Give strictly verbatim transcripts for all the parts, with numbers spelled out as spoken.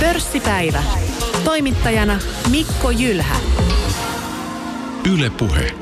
Pörssipäivä. Toimittajana Mikko Jylhä. Yle Puhe.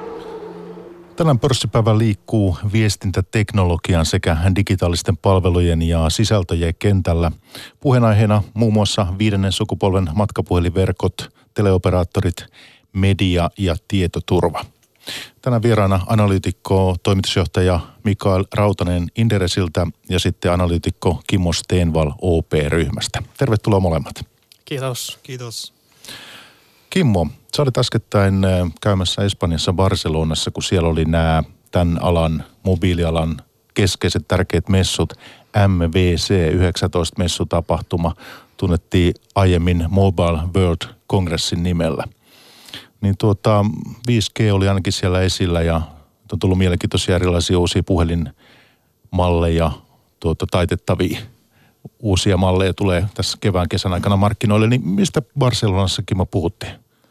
Tänään pörssipäivä liikkuu viestintäteknologian sekä digitaalisten palvelujen ja sisältöjen kentällä. Puheenaiheena muun muassa viidennen sukupolven matkapuhelinverkot, teleoperaattorit, media ja tietoturva. Tänään vieraana analyytikko, toimitusjohtaja Mikael Rautanen Inderesiltä ja sitten analyytikko Kimmo Stenvall O P-ryhmästä. Tervetuloa molemmat. Kiitos. Kiitos. Kimmo, sä olet äskettäin käymässä Espanjassa Barcelonassa, kun siellä oli nämä tämän alan, mobiilialan keskeiset tärkeät messut. M W C yhdeksäntoista messutapahtuma tunnettiin aiemmin Mobile World Congressin nimellä. Niin tuota, viisi G oli ainakin siellä esillä ja on tullut mielenkiintoisia erilaisia uusia puhelinmalleja, tuota, taitettavia uusia malleja tulee tässä kevään kesän aikana markkinoille. Niin mistä Barcelonassakin me puhuttiin?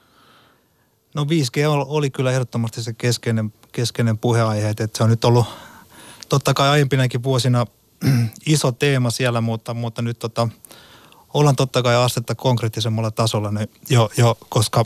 No viisi G oli kyllä ehdottomasti se keskeinen, keskeinen puheenaihe, että se on nyt ollut totta kai aiempinakin vuosina iso teema siellä, mutta, mutta nyt tota, ollaan totta kai astetta konkreettisemmalla tasolla jo, jo koska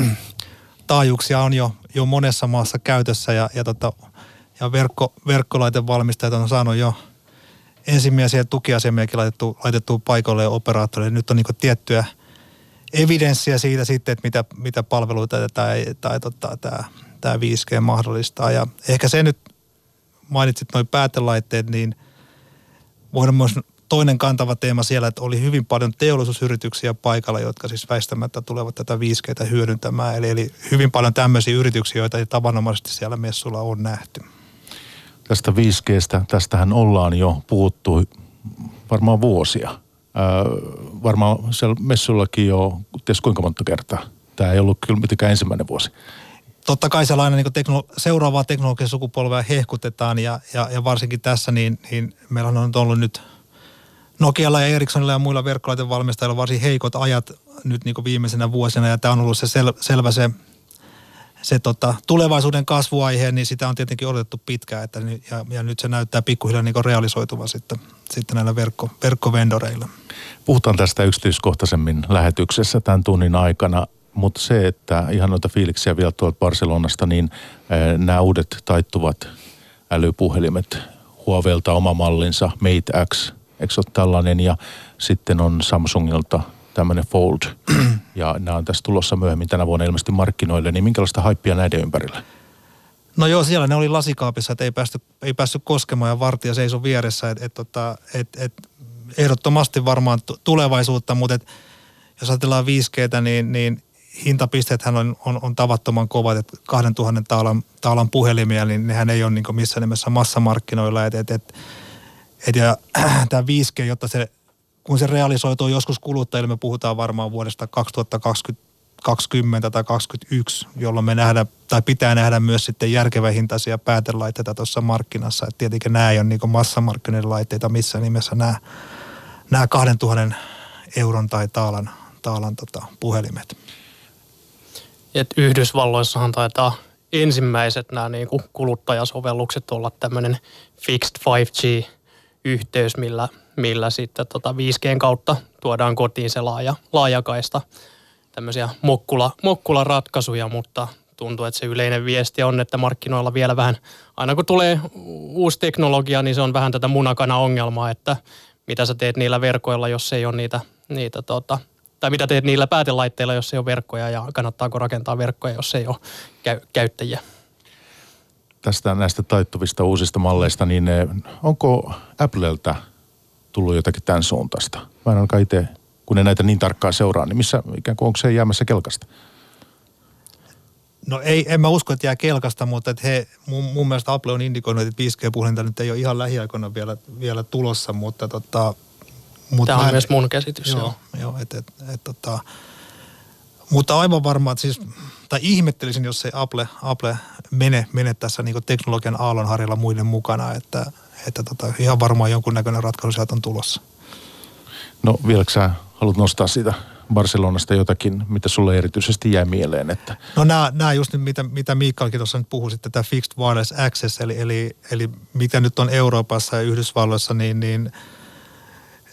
taajuuksia on jo, jo monessa maassa käytössä ja, ja, tota, ja verkko, verkkolaitevalmistajat on saanut jo ensimmäisiä tukiasemiakin laitettu, laitettu paikalle ja operaattoreille. Nyt on niin kuin tiettyä evidenssiä siitä sitten, että mitä, mitä palveluita tai, tai tota, tämä, tämä viisi G mahdollistaa. Ja ehkä se nyt, mainitsit nuo päätelaitteet, niin voidaan myös toinen kantava teema siellä, että oli hyvin paljon teollisuusyrityksiä paikalla, jotka siis väistämättä tulevat tätä viisi G:tä hyödyntämään. Eli, eli hyvin paljon tämmöisiä yrityksiä, joita tavanomaisesti siellä messulla on nähty. Tästä viisi G:stä, tästähän ollaan jo puhuttu varmaan vuosia. Äh, varmaan siellä messullakin jo, ties kuinka monta kertaa. Tämä ei ollut kyllä mitenkään ensimmäinen vuosi. Totta kai sellainen niin teknolo- seuraavaa teknologisen sukupolvea hehkutetaan ja, ja, ja varsinkin tässä niin, niin meillä on ollut nyt Nokialla ja Ericssonilla ja muilla verkkolaitevalmistajilla varsin heikot ajat nyt niin kuin viimeisenä vuosina ja tämä on ollut se sel- selvä se se tota, tulevaisuuden kasvuaihe, niin sitä on tietenkin odotettu pitkään, että ja, ja nyt se näyttää pikkuhiljaa niin realisoituvan sitten, sitten näillä verkko, verkkovendoreilla. Puhutaan tästä yksityiskohtaisemmin lähetyksessä tämän tunnin aikana, mutta se, että ihan noita fiiliksiä vielä tuolta Barcelonasta, niin äh, nämä uudet taittuvat älypuhelimet, Huaweilta oma mallinsa, Mate X, eikö ole tällainen, ja sitten on Samsungilta tämmöinen Fold, ja nämä on tässä tulossa myöhemmin tänä vuonna ilmeisesti markkinoille, niin minkälaista haippia näiden ympärillä? No joo, siellä ne oli lasikaapissa, että ei päästy, ei päässyt koskemaan ja vartija seisoi vieressä, että et, tota, et, et, ehdottomasti varmaan tulevaisuutta, mutta et, jos ajatellaan viisi G:tä, niin, niin hintapisteethän on, on, on tavattoman kovat, että kahdentuhannen taalan, taalan puhelimia, niin nehän ei ole niin missään nimessä massamarkkinoilla, että et, et, et, ja tämä viisi G, jotta se kun se realisoituu joskus kuluttajille, me puhutaan varmaan vuodesta kaksituhattakaksikymmentä tai kaksikymmentäyksi, jolloin me nähdään, tai pitää nähdä myös sitten järkevähintaisia päätelaitteita tuossa markkinassa. Et tietenkin nämä ei ole niin massamarkkinoiden laitteita missään nimessä nämä, nämä kahdentuhannen euron tai taalan, taalan tota, puhelimet. Et Yhdysvalloissahan taitaa ensimmäiset nämä niin kuin kuluttajasovellukset olla tämmöinen fixed viisi G-yhteys, millä millä sitten tota viisi G:n kautta tuodaan kotiin se laaja, laajakaista, tämmöisiä mokkula, mokkularatkaisuja, mutta tuntuu, että se yleinen viesti on, että markkinoilla vielä vähän, aina kun tulee uusi teknologia, niin se on vähän tätä munakana-ongelmaa, että mitä sä teet niillä verkoilla, jos ei ole niitä, niitä tota, tai mitä teet niillä päätelaitteilla, jos ei ole verkkoja, ja kannattaako rakentaa verkkoja, jos ei ole käy, käyttäjiä. Tästä näistä taittuvista uusista malleista, niin onko Appleltä tullut jotakin tämän suuntaista? Mä en ainakaan itse, kun en näitä niin tarkkaan seuraa, niin missä ikään kuin onko se jäämässä kelkasta? No ei, en mä usko, että jää kelkasta, mutta että he, mun, mun mielestä Apple on indikoinut, että viisi G-puhelinta nyt ei ole ihan lähiaikoina vielä, vielä tulossa, mutta tota... Mutta tämä on en, myös mun käsitys. Joo, joo et, et, et, tota, mutta aivan varmaan, että siis, tai ihmettelisin, jos ei Apple, Apple mene, mene tässä niin kuin teknologian aallonharjalla muiden mukana, että että tota, ihan varmaan jonkunnäköinen ratkaisu sieltä on tulossa. No vieläkö sä haluat nostaa siitä Barcelonasta jotakin, mitä sulle erityisesti jää mieleen? Että... No nämä, nämä just nyt, mitä, mitä Miikkalkin tuossa nyt puhui, sitten tämä Fixed Wireless Access, eli, eli, eli mitä nyt on Euroopassa ja Yhdysvalloissa, niin, niin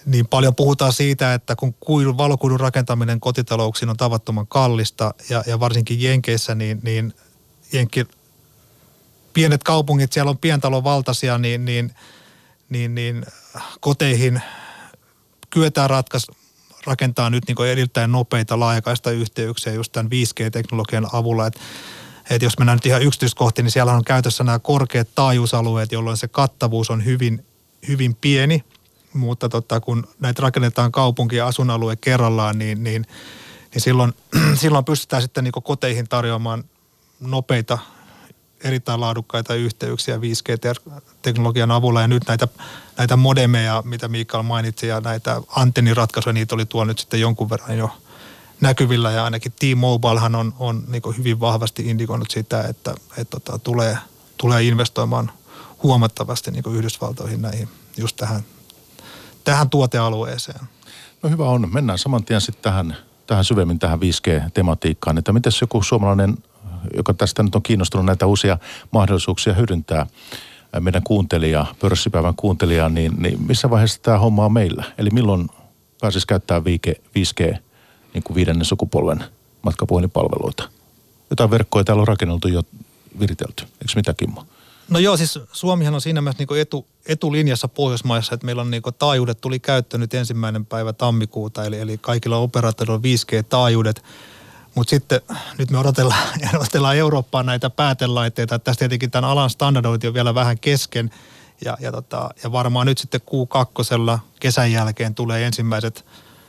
niin paljon puhutaan siitä, että kun kuidun, valokuidun rakentaminen kotitalouksiin on tavattoman kallista ja, ja varsinkin Jenkeissä, niin, niin Jenkin pienet kaupungit, siellä on pientalovaltaisia, niin, niin, niin, niin koteihin kyetään ratkaista. Rakentaa nyt niin erittäin nopeita laajakaista yhteyksiä just tämän viisi G-teknologian avulla. Että et jos mennään nyt ihan yksityiskohtiin, niin siellä on käytössä nämä korkeat taajuusalueet, jolloin se kattavuus on hyvin, hyvin pieni. Mutta tota, kun näitä rakennetaan kaupunki- ja asuinalue kerrallaan, niin, niin, niin silloin, silloin pystytään sitten niin koteihin tarjoamaan nopeita, erittäin laadukkaita yhteyksiä viisi G-teknologian avulla. Ja nyt näitä, näitä modemeja, mitä Mikael mainitsi, ja näitä antenniratkaisuja, niitä oli tuolla nyt sitten jonkun verran jo näkyvillä. Ja ainakin T-Mobilehan on, on niin kuin hyvin vahvasti indikoinut sitä, että, että tota, tulee, tulee investoimaan huomattavasti niin kuin Yhdysvaltoihin näihin, just tähän, tähän tuotealueeseen. No hyvä on. Mennään saman tien sitten tähän, tähän syvemmin tähän viisi G-tematiikkaan. Että mites joku suomalainen, joka tästä nyt on kiinnostunut näitä uusia mahdollisuuksia hyödyntää meidän kuuntelija, pörssipäivän kuuntelijaa, niin, niin missä vaiheessa tämä homma on meillä? Eli milloin pääsisi käyttää viisi G, niin kuin viidennen sukupolven matkapuhelinpalveluita? Jotain verkkoja täällä on rakenneltu jo viritelty. Eikö mitä, Kimmo? No joo, siis Suomihan on siinä mielessä niin etu, etulinjassa Pohjoismaissa, että meillä on niin taajuudet tuli käyttöön nyt ensimmäinen päivä tammikuuta, eli, eli kaikilla operaattoreilla on viisi G-taajuudet. Mutta sitten nyt me odotellaan, odotellaan Eurooppaan näitä päätelaitteita. Tästä tietenkin tämän alan standardointi on vielä vähän kesken. Ja, ja, tota, ja varmaan nyt sitten Q kaksi kesän jälkeen tulee ensimmäiset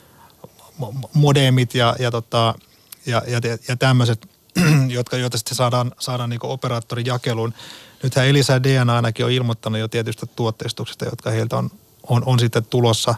modemit ja, ja, tota, ja, ja, ja tämmöiset, jotka, joita sitten saadaan, saadaan niin kuin operaattorin jakeluun. Nythän Elisa ja D N A ainakin on ilmoittanut jo tietystä tuotteistuksesta, jotka heiltä on, on, on sitten tulossa.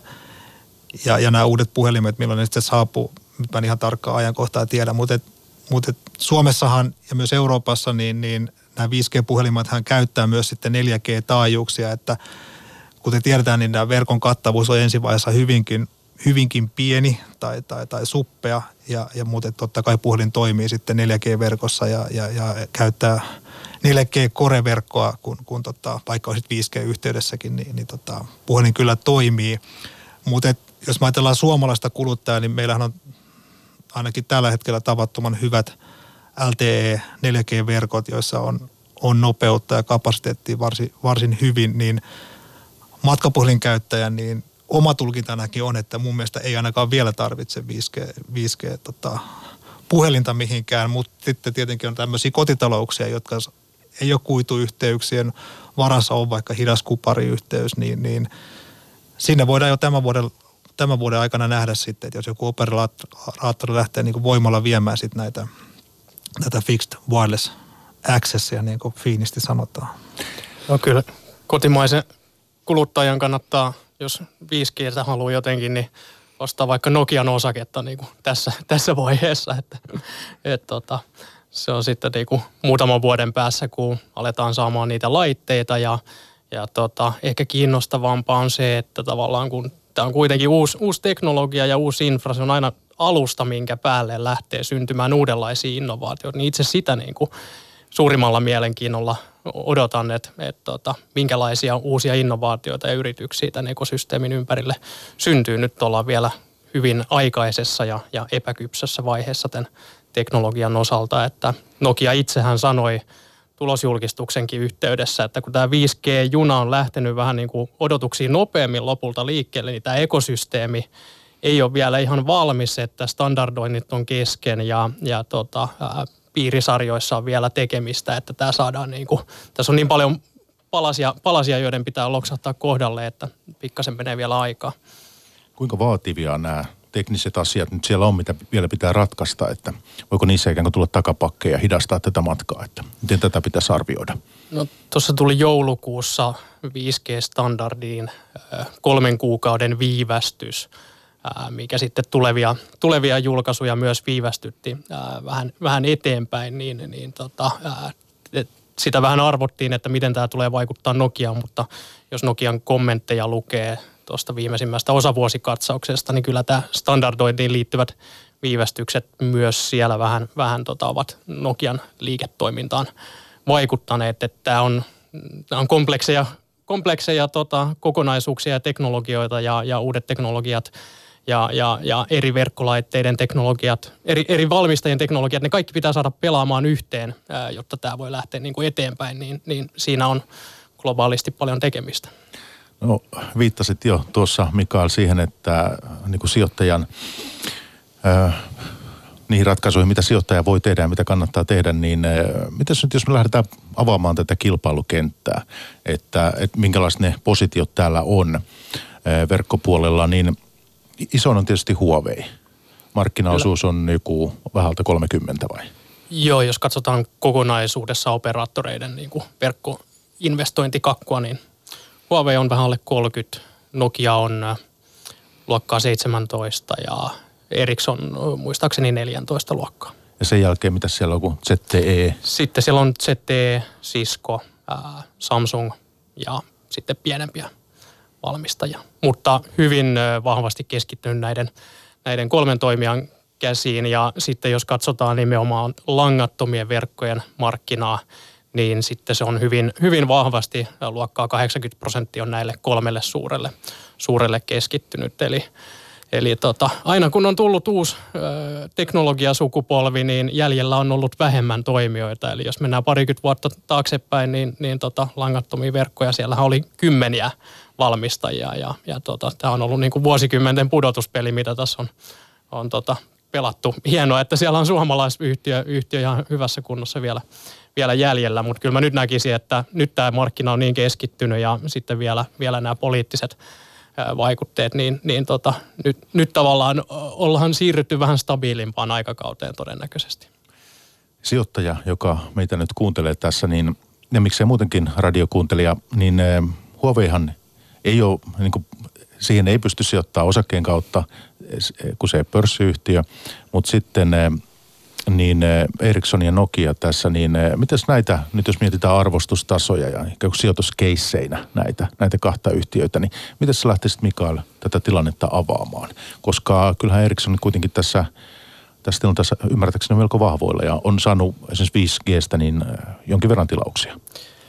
Ja, ja nämä uudet puhelimet, milloin ne sitten saapuu. Nyt mä en ihan tarkkaa ajankohtaa tiedä, mutta, et, mutta et Suomessahan ja myös Euroopassa niin, niin nämä viisi G-puhelimathan käyttää myös sitten neljä G-taajuuksia, että kuten tiedetään, niin nämä verkon kattavuus on ensivaiheessa hyvinkin, hyvinkin pieni tai, tai, tai suppea, ja, ja muuten totta kai puhelin toimii sitten neljä G-verkossa ja, ja, ja käyttää neljä G-core-verkkoa, kun, kun tota, vaikka olisit viisi G-yhteydessäkin, niin, niin tota, puhelin kyllä toimii, mutta jos me ajatellaan suomalaista kuluttajaa, niin meillähän on ainakin tällä hetkellä tavattoman hyvät L T E neljä G-verkot, joissa on, on nopeutta ja kapasiteettia varsin, varsin hyvin, niin matkapuhelin käyttäjän, niin oma tulkintanakin on, että mun mielestä ei ainakaan vielä tarvitse viisi G, viisi G tota, puhelinta mihinkään, mutta sitten tietenkin on tämmöisiä kotitalouksia, jotka ei ole kuituyhteyksien varassa, on vaikka hidas kupariyhteys, niin, niin sinne voidaan jo tämän vuoden tämän vuoden aikana nähdä sitten, että jos joku operaattori lähtee niin kuin voimalla viemään sitten näitä, näitä fixed wireless accessia, niin kuin fiinisti sanotaan. No kyllä kotimaisen kuluttajan kannattaa, jos viisi G haluaa jotenkin, niin ostaa vaikka Nokian osaketta niin kuin tässä, tässä vaiheessa. Että, et, tota, se on sitten niin kuin muutaman vuoden päässä, kun aletaan saamaan niitä laitteita ja, ja tota, ehkä kiinnostavampaa on se, että tavallaan kun tämä on kuitenkin uusi, uusi teknologia ja uusi infra, se on aina alusta, minkä päälle lähtee syntymään uudenlaisia innovaatioita. Niin itse sitä niin kuin suurimmalla mielenkiinnolla odotan, että, että, että minkälaisia uusia innovaatioita ja yrityksiä tämän ekosysteemin ympärille syntyy. Nyt ollaan vielä hyvin aikaisessa ja, ja epäkypsässä vaiheessa tämän teknologian osalta, että Nokia itsehän sanoi tulosjulkistuksenkin yhteydessä, että kun tämä viisi G-juna on lähtenyt vähän niin kuin odotuksiin nopeammin lopulta liikkeelle, niin tämä ekosysteemi ei ole vielä ihan valmis, että standardoinnit on kesken ja, ja tota, ää, piirisarjoissa on vielä tekemistä, että tämä saadaan niin kuin, tässä on niin paljon palasia, palasia, joiden pitää loksahtaa kohdalle, että pikkasen menee vielä aikaa. Kuinka vaativia nämä tekniset asiat nyt siellä on, mitä vielä pitää ratkaista, että voiko niissä ikään kuin tulla takapakkeja ja hidastaa tätä matkaa, että miten tätä pitäisi arvioida? No tuossa tuli joulukuussa viisi G-standardiin kolmen kuukauden viivästys, mikä sitten tulevia, tulevia julkaisuja myös viivästytti vähän, vähän eteenpäin, niin, niin tota, sitä vähän arvottiin, että miten tämä tulee vaikuttaa Nokiaan, mutta jos Nokian kommentteja lukee tuosta viimeisimmästä osavuosikatsauksesta, niin kyllä tämä standardointiin liittyvät viivästykset myös siellä vähän, vähän tota, ovat Nokian liiketoimintaan vaikuttaneet, että tämä on, tämä on komplekseja komplekseja tota, kokonaisuuksia ja teknologioita ja, ja uudet teknologiat ja, ja, ja eri verkkolaitteiden teknologiat, eri, eri valmistajien teknologiat, ne kaikki pitää saada pelaamaan yhteen, ää, jotta tämä voi lähteä niin kuin eteenpäin, niin, niin siinä on globaalisti paljon tekemistä. No viittasit jo tuossa Mikael siihen, että niin kuin sijoittajan äh, niihin ratkaisuihin, mitä sijoittaja voi tehdä ja mitä kannattaa tehdä, niin äh, mitäs nyt jos me lähdetään avaamaan tätä kilpailukenttää, että, että minkälaiset ne positiot täällä on äh, verkkopuolella, niin iso on tietysti Huawei. Markkinaosuus on joku vähältä kolmekymmentä vai? Joo, jos katsotaan kokonaisuudessa operaattoreiden niin kuin verkkoinvestointikakkua, niin Huawei on vähän alle kolmekymmentä, Nokia on luokkaa seitsemäntoista ja Ericsson muistaakseni neljätoista luokkaa. Ja sen jälkeen mitä siellä on kuin Z T E? Sitten siellä on Z T E, Cisco, ää, Samsung ja sitten pienempiä valmistajia. Mutta hyvin ä, vahvasti keskittynyt näiden, näiden kolmen toimijan käsiin. Ja sitten jos katsotaan nimenomaan langattomien verkkojen markkinaa, niin sitten se on hyvin, hyvin vahvasti, luokkaa kahdeksankymmentä prosenttia on näille kolmelle suurelle, suurelle keskittynyt. Eli, eli tota, aina kun on tullut uusi ö, teknologiasukupolvi, niin jäljellä on ollut vähemmän toimijoita. Eli jos mennään parikymmentä vuotta taaksepäin, niin, niin tota, langattomia verkkoja, siellähän oli kymmeniä valmistajia. Ja, ja tota, tämä on ollut niin kuin vuosikymmenten pudotuspeli, mitä tässä on, on tota, pelattu. Hienoa, että siellä on suomalaisyhtiö yhtiö ihan hyvässä kunnossa vielä. vielä jäljellä, mutta kyllä mä nyt näkisin, että nyt tämä markkina on niin keskittynyt ja sitten vielä, vielä nämä poliittiset vaikutteet, niin, niin tota, nyt, nyt tavallaan ollaan siirrytty vähän stabiilimpaan aikakauteen todennäköisesti. Sijoittaja, joka meitä nyt kuuntelee tässä, niin ja miksei muutenkin radiokuuntelija, niin Huaweihan ei ole, niin kuin, siihen ei pysty sijoittaa osakkeen kautta, kun se pörssiyhtiö, mutta sitten niin Ericsson ja Nokia tässä, niin mitäs näitä, nyt jos mietitään arvostustasoja ja sijoituskeisseinä näitä, näitä kahta yhtiöitä, niin miten sä lähtisit Mikael tätä tilannetta avaamaan? Koska kyllähän Ericsson kuitenkin tässä, tässä tilanteessa ymmärtääkseni on melko vahvoilla ja on saanut esimerkiksi viisi G:stä niin jonkin verran tilauksia.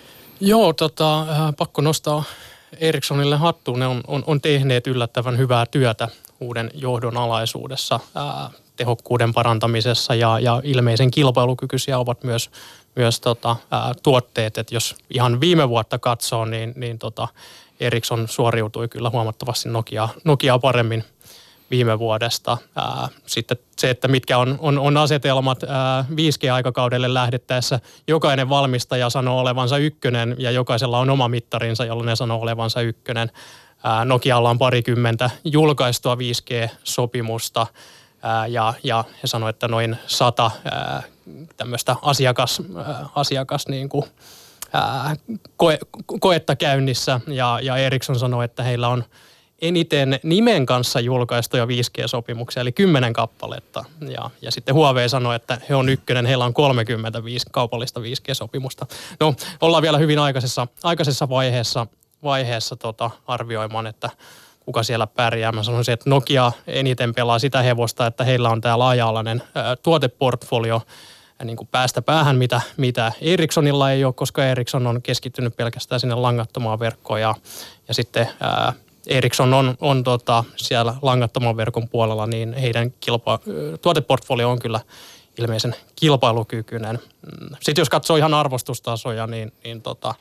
Joo, tota, pakko nostaa Ericssonille hattuun. Ne on, on, on tehneet yllättävän hyvää työtä uuden johdon alaisuudessa, ää, tehokkuuden parantamisessa ja, ja ilmeisen kilpailukykyisiä ovat myös, myös tota, ää, tuotteet. Et jos ihan viime vuotta katsoo, niin, niin tota, Ericsson suoriutui kyllä huomattavasti Nokia, Nokiaa paremmin viime vuodesta. Ää, sitten se, että mitkä on, on, on asetelmat ää, viisi G-aikakaudelle lähdettäessä, jokainen valmistaja sanoo olevansa ykkönen ja jokaisella on oma mittarinsa, jolloin ne sanoo olevansa ykkönen. Ää, Nokialla on parikymmentä julkaistua viisi G-sopimusta. Ää, ja, ja he sanoivat, että noin sata ää, tämmöistä asiakas, ää, asiakas niin kuin, ää, koe, koetta käynnissä. Ja, ja Ericsson sanoi, että heillä on eniten nimen kanssa julkaistuja viisi G-sopimuksia, eli kymmenen kappaletta. Ja, ja sitten Huawei sanoi, että he on ykkönen, heillä on kolmekymmentäviisi kaupallista viisi G-sopimusta. No, ollaan vielä hyvin aikaisessa, aikaisessa vaiheessa, vaiheessa tota, arvioimaan, että kuka siellä pärjää. Mä sanoisin, että Nokia eniten pelaa sitä hevosta, että heillä on tämä laaja-alainen ää, tuoteportfolio ää, niin kuin päästä päähän, mitä, mitä Ericssonilla ei ole, koska Ericsson on keskittynyt pelkästään sinne langattomaan verkkoon. Ja, ja sitten ää, Ericsson on, on tota, siellä langattoman verkon puolella, niin heidän kilpa, tuoteportfolio on kyllä ilmeisen kilpailukykyinen. Sitten jos katsoo ihan arvostustasoja, niin, niin tota,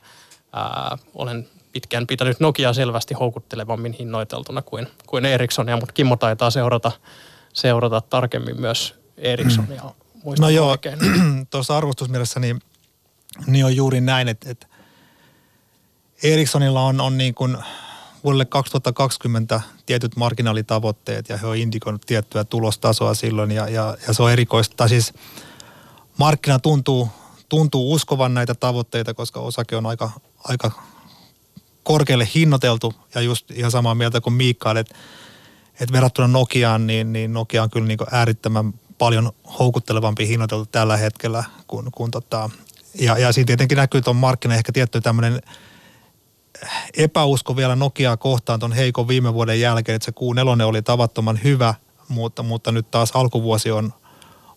ää, olen pitkään pitänyt Nokiaa selvästi houkuttelevammin hinnoiteltuna kuin, kuin Ericssonia, mutta Kimmo taitaa seurata, seurata tarkemmin myös Ericssonia. No joo, tuossa arvostusmielessä niin, niin on juuri näin, että, että Ericssonilla on, on niin kuin vuodelle kaksituhattakaksikymmentä tietyt marginaalitavoitteet ja he on indikoinut tiettyä tulostasoa silloin ja, ja, ja se on erikoista. Siis markkina tuntuu, tuntuu uskovan näitä tavoitteita, koska osake on aika, aika korkealle hinnoiteltu ja just ihan samaa mieltä kuin Mikael, että, että verrattuna Nokiaan, niin, niin Nokia on kyllä niin kuin äärittömän paljon houkuttelevampi hinnoiteltu tällä hetkellä kuin, kuin tota, ja, ja siinä tietenkin näkyy tuon markkina ehkä tietty tämmöinen epäusko vielä Nokiaa kohtaan tuon heikon viime vuoden jälkeen, että se Q neljä oli tavattoman hyvä, mutta, mutta nyt taas alkuvuosi on,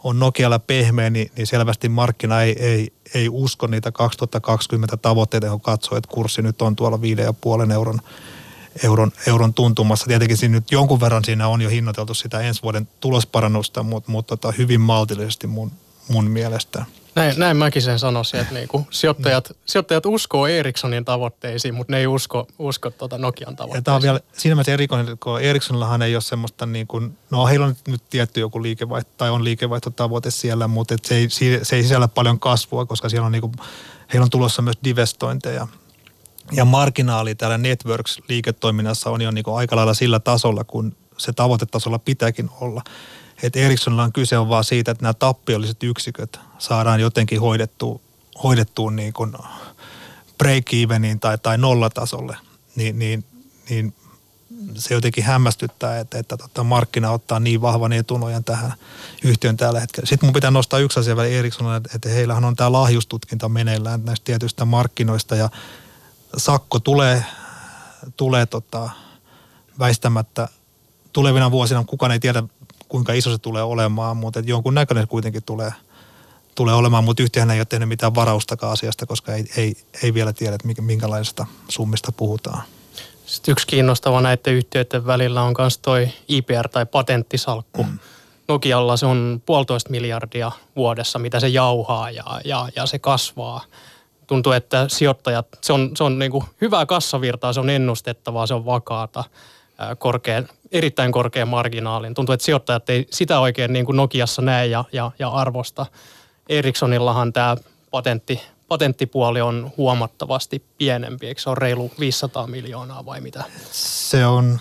on Nokialla pehmeä, niin, niin selvästi markkina ei, ei, ei usko niitä kaksituhattakaksikymmentä tavoitteita, kun katsoo, että kurssi nyt on tuolla viiden ja puolen euron, euron, euron tuntumassa. Tietenkin siinä nyt jonkun verran siinä on jo hinnoiteltu sitä ensi vuoden tulosparannusta, mutta, mutta tota, hyvin maltillisesti mun, mun mielestä. Näin, näin mäkin sen sanoisin, että niinku sijoittajat, sijoittajat uskoo Ericssonin tavoitteisiin, mutta ne ei usko, usko tuota Nokian tavoitteisiin. Ja tämä on vielä siinä mielessä erikoinen, kun Ericssonillahan ei ole semmoista niin kuin, no heillä on nyt tietty joku liikevaihto, tai on liikevaihtotavoite siellä, mutta se ei, se ei sisällä paljon kasvua, koska siellä on niin kuin, heillä on tulossa myös divestointeja. Ja marginaali täällä Networks-liiketoiminnassa on jo niin kuin aika lailla sillä tasolla, kun se tavoitetasolla pitääkin olla. Että Ericssonilla on kyse on vaan siitä, että nämä tappiolliset yksiköt saadaan jotenkin hoidettua, hoidettua niin kuin break-eveniin tai, tai nollatasolle, niin, niin, niin se jotenkin hämmästyttää, että, että tota markkina ottaa niin vahvan etunojan tähän yhtiön tällä hetkellä. Sitten mun pitää nostaa yksi asia vielä Ericssonille, että heillähän on tämä lahjustutkinta meneillään näistä tietyistä markkinoista ja sakko tulee, tulee tota väistämättä tulevina vuosina, kukaan ei tiedä kuinka iso se tulee olemaan, mutta jonkun näköinen kuitenkin tulee, tulee olemaan, mutta yhtiöhän ei ole tehnyt mitään varaustakaan asiasta, koska ei, ei, ei vielä tiedä, että minkälaisesta summista puhutaan. Sitten yksi kiinnostava näiden yhtiöiden välillä on myös toi I P R tai patenttisalkku. Mm. Nokialla se on puolitoista miljardia vuodessa, mitä se jauhaa ja, ja, ja se kasvaa. Tuntuu, että sijoittajat, se on, se on niin kuin hyvää kassavirtaa, se on ennustettavaa, se on vakaata. Korkea, erittäin korkea marginaalin. Tuntuu, että sijoittajat ei sitä oikein niin kuin Nokiassa näe ja, ja, ja arvosta. Ericssonillahan tämä patentti, patenttipuoli on huomattavasti pienempi. Eikö se ole reilu viisisataa miljoonaa vai mitä? Se on,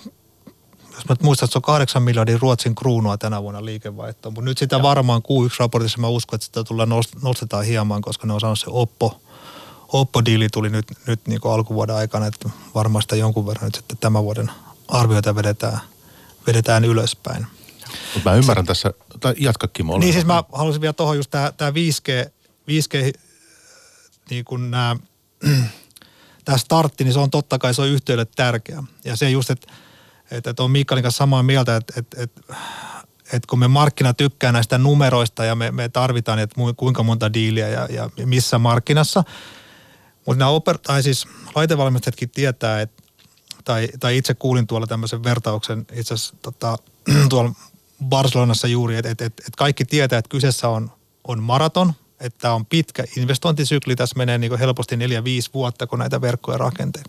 jos mä muistan, että se on kahdeksan miljardin Ruotsin kruunua tänä vuonna liikevaihtoa. Mutta nyt sitä ja. varmaan Q yksi-raportissa mä uskon, että sitä tullaan nostetaan hieman, koska ne on saanut se Oppo. Oppo-diili tuli nyt, nyt niin kuin alkuvuoden aikana, että varmaan sitä jonkun verran nyt sitten tämän vuoden arvioita vedetään, vedetään ylöspäin. Mutta mä ymmärrän tässä, tai jatka Kimmo. Niin siis mä haluaisin vielä tuohon just tää, tää viisi G, viisi G niin kuin nää, tää startti, niin se on totta kai, se on yhtiölle tärkeä. Ja se just, että et, et on Mikkalin kanssa samaa mieltä, että et, et, et kun me markkina tykkää näistä numeroista ja me, me tarvitaan, että kuinka monta diiliä ja, ja missä markkinassa. Mutta nämä oper- tai siis laitevalmistajatkin tietää, että Tai, tai itse kuulin tuolla tämmöisen vertauksen itse asiassa tota, tuolla Barcelonassa juuri, että et, et, et kaikki tietää, että kyseessä on, on maraton, että tämä on pitkä investointisykli, tässä menee niin kuin helposti neljä viisi vuotta, kun näitä verkkoja rakenteet.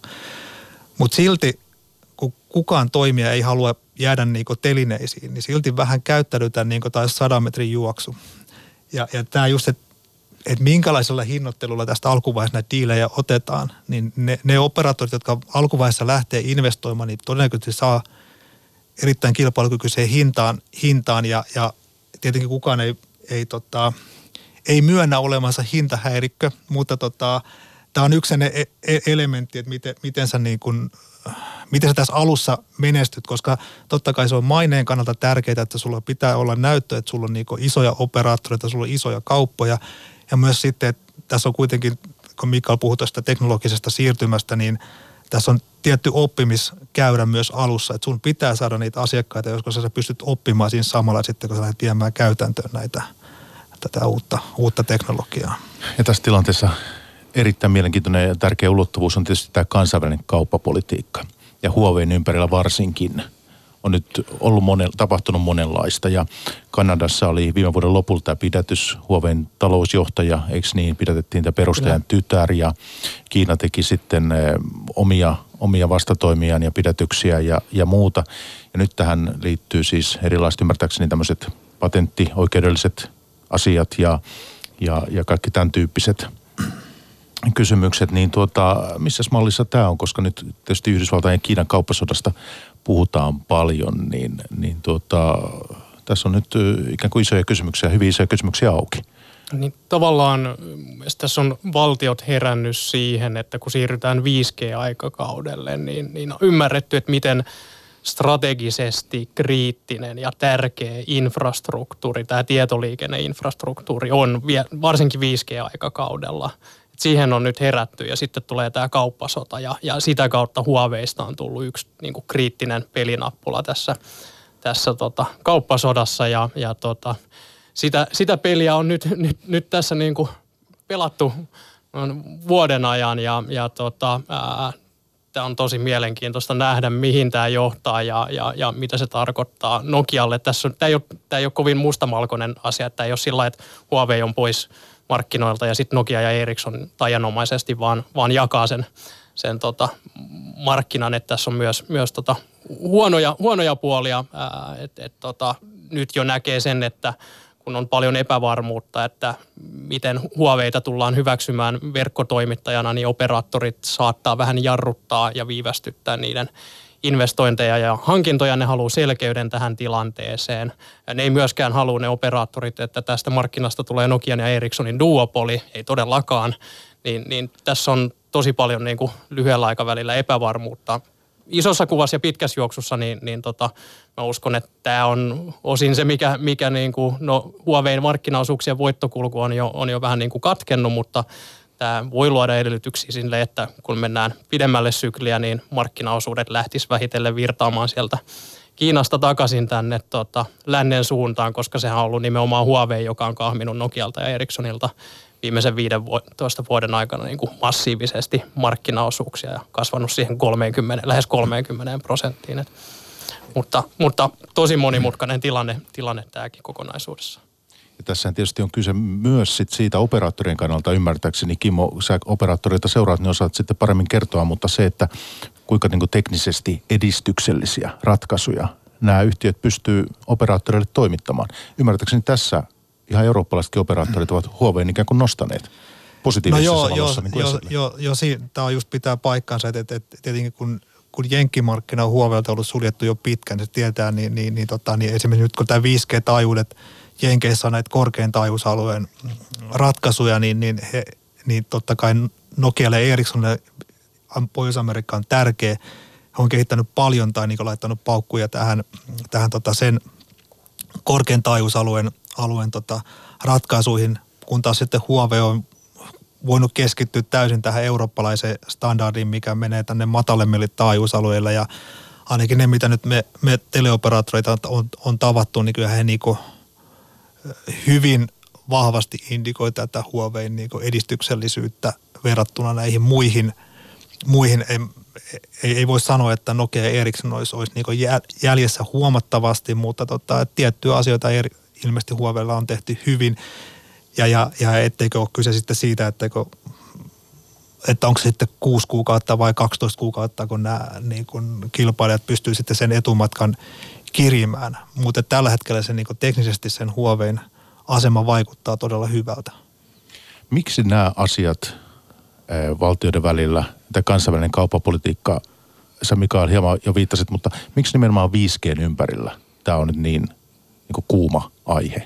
Mutta silti, kun kukaan toimija ei halua jäädä niin kuin telineisiin, niin silti vähän käyttäydytään niin kuin taisi sadan metrin juoksu. Ja, ja tämä just, että että minkälaisella hinnoittelulla tästä alkuvaiheessa näitä diilejä otetaan, niin ne, ne operaattorit, jotka alkuvaiheessa lähtee investoimaan, niin todennäköisesti saa erittäin kilpailukykyiseen hintaan, hintaan ja, ja tietenkin kukaan ei, ei, tota, ei myönnä olemansa hintahäirikkö, mutta tota, tämä on yksi e- e- elementti, että miten, miten, sä niin kun, miten sä tässä alussa menestyt, koska totta kai se on maineen kannalta tärkeää, että sulla pitää olla näyttö, että sulla on niin isoja operaattoreita, sulla on isoja kauppoja. Ja myös sitten, että tässä on kuitenkin, kun Mikael puhui tästä teknologisesta siirtymästä, niin tässä on tietty oppimiskäyrä myös alussa, että sun pitää saada niitä asiakkaita, joskus sä pystyt oppimaan siinä samalla sitten, kun sä lähdet viemään käytäntöön näitä, tätä uutta, uutta teknologiaa. Ja tässä tilanteessa erittäin mielenkiintoinen ja tärkeä ulottuvuus on tietysti tämä kansainvälinen kauppapolitiikka. Ja Huawein ympärillä varsinkin on nyt ollut monen, tapahtunut monenlaista ja Kanadassa oli viime vuoden lopulla tämä pidätys, Huawein talousjohtaja, eikö niin, pidätettiin tämä perustajan Kyllä. tytär ja Kiina teki sitten eh, omia, omia vastatoimiaan ja pidätyksiä ja, ja muuta. Ja nyt tähän liittyy siis erilaiset ymmärtääkseni tämmöiset patenttioikeudelliset asiat ja, ja, ja kaikki tämän tyyppiset kysymykset, niin tuota, missä mallissa tämä on, koska nyt tietysti Yhdysvaltain ja Kiinan kauppasodasta puhutaan paljon, niin, niin tuota, tässä on nyt ikään kuin isoja kysymyksiä, hyvin isoja kysymyksiä auki. Niin tavallaan tässä on valtiot herännyt siihen, että kun siirrytään viisi G-aikakaudelle, niin, niin on ymmärretty, että miten strategisesti kriittinen ja tärkeä infrastruktuuri, tämä tietoliikenneinfrastruktuuri on varsinkin viisi G-aikakaudella. Siihen on nyt herätty ja sitten tulee tämä kauppasota ja, ja sitä kautta Huaweista on tullut yksi niin kuin kriittinen pelinappula tässä, tässä tota, kauppasodassa ja, ja tota, sitä, sitä peliä on nyt, nyt, nyt tässä niin kuin pelattu vuoden ajan ja, ja tota, tämä on tosi mielenkiintoista nähdä, mihin tämä johtaa ja, ja, ja mitä se tarkoittaa Nokialle. Tässä on, tämä, ei ole, tämä ei ole kovin mustamalkoinen asia, että tämä ei ole sillä lailla, että Huawei on pois markkinoilta ja sitten Nokia ja Ericsson tajanomaisesti vaan, vaan jakaa sen, sen tota, markkinan, että tässä on myös, myös tota, huonoja, huonoja puolia. että et, tota, nyt jo näkee sen, että kun on paljon epävarmuutta, että miten Huaweita tullaan hyväksymään verkkotoimittajana, niin operaattorit saattaa vähän jarruttaa ja viivästyttää niiden investointeja ja hankintoja. Ne haluaa selkeyden tähän tilanteeseen. Ja ne ei myöskään halua ne operaattorit, että tästä markkinasta tulee Nokian ja Ericssonin duopoli, ei todellakaan. Niin, niin tässä on tosi paljon niin kuin lyhyellä aikavälillä epävarmuutta. Isossa kuvassa ja pitkässä juoksussa, niin, niin tota, mä uskon, että tämä on osin se, mikä, mikä niin kuin, no Huawein markkinaosuuksien voittokulku on jo, on jo vähän niin kuin katkennut, mutta tämä voi luoda edellytyksiä sille, että kun mennään pidemmälle sykliä, niin markkinaosuudet lähtis vähitellen virtaamaan sieltä Kiinasta takaisin tänne tota, lännen suuntaan, koska sehän on ollut nimenomaan Huawei, joka on kahminut Nokialta ja Ericssonilta viimeisen viidentoista vuoden aikana niin kuin massiivisesti markkinaosuuksia ja kasvanut siihen kolmekymmentä, lähes kolmekymmentä prosenttiin. Et, mutta, mutta tosi monimutkainen tilanne, tilanne tämäkin kokonaisuudessa. Ja tässä tietysti on kyse myös sit siitä operaattorien kannalta ymmärtääkseni. Kimmo, sä operaattoreita seuraat, niin osaat sitten paremmin kertoa, mutta se, että kuinka niin kuin teknisesti edistyksellisiä ratkaisuja nämä yhtiöt pystyy operaattoreille toimittamaan. Ymmärtääkseni tässä ihan eurooppalaisetkin operaattorit ovat Huawein ikään kuin nostaneet positiivisessa no joo, valossa. Jo, niin jo, jo, jo, jo tämä on just pitää paikkansa, että, että, että tietenkin kun, kun jenkkimarkkina on Huaweilta ollut suljettu jo pitkään, niin se tietää, niin, niin, niin, tota, niin esimerkiksi nyt kun tämä viisi G-taajuudet Jenkeissä on näitä korkean taajuusalueen ratkaisuja, niin, niin, he, niin totta kai Nokialle ja Ericssonille Pohjois-Amerikka on tärkeä. He on kehittänyt paljon tai niin laittanut paukkuja tähän, tähän tota sen korkean taajuusalueen alueen, tota, ratkaisuihin, kun taas sitten Huawei on voinut keskittyä täysin tähän eurooppalaiseen standardiin, mikä menee tänne matalemmille taajuusalueille. Ja ainakin ne, mitä nyt me, me teleoperaattoreita on, on tavattu, niin kyllä he niin kuin hyvin vahvasti indikoi tätä Huawein niin kuin edistyksellisyyttä verrattuna näihin muihin. muihin ei, ei, ei voi sanoa, että Nokia ja Ericsson olisi, olisi niin kuin jäljessä huomattavasti, mutta tota, tiettyjä asioita eri, ilmeisesti Huaweilla on tehty hyvin. Ja, ja, ja etteikö ole kyse sitten siitä, etteikö, että onko se sitten kuusi kuukautta vai kaksitoista kuukautta, kun nämä niin kun kilpailijat pystyy sitten sen etumatkan kirimään. Mutta tällä hetkellä se niin kun teknisesti sen Huawein asema vaikuttaa todella hyvältä. Miksi nämä asiat valtioiden välillä, tämä kansainvälinen kauppapolitiikka, sä Mikael hieman jo viittasit, mutta miksi nimenomaan viisi G:n ympärillä tämä on nyt niin, niin kuin kuuma aihe?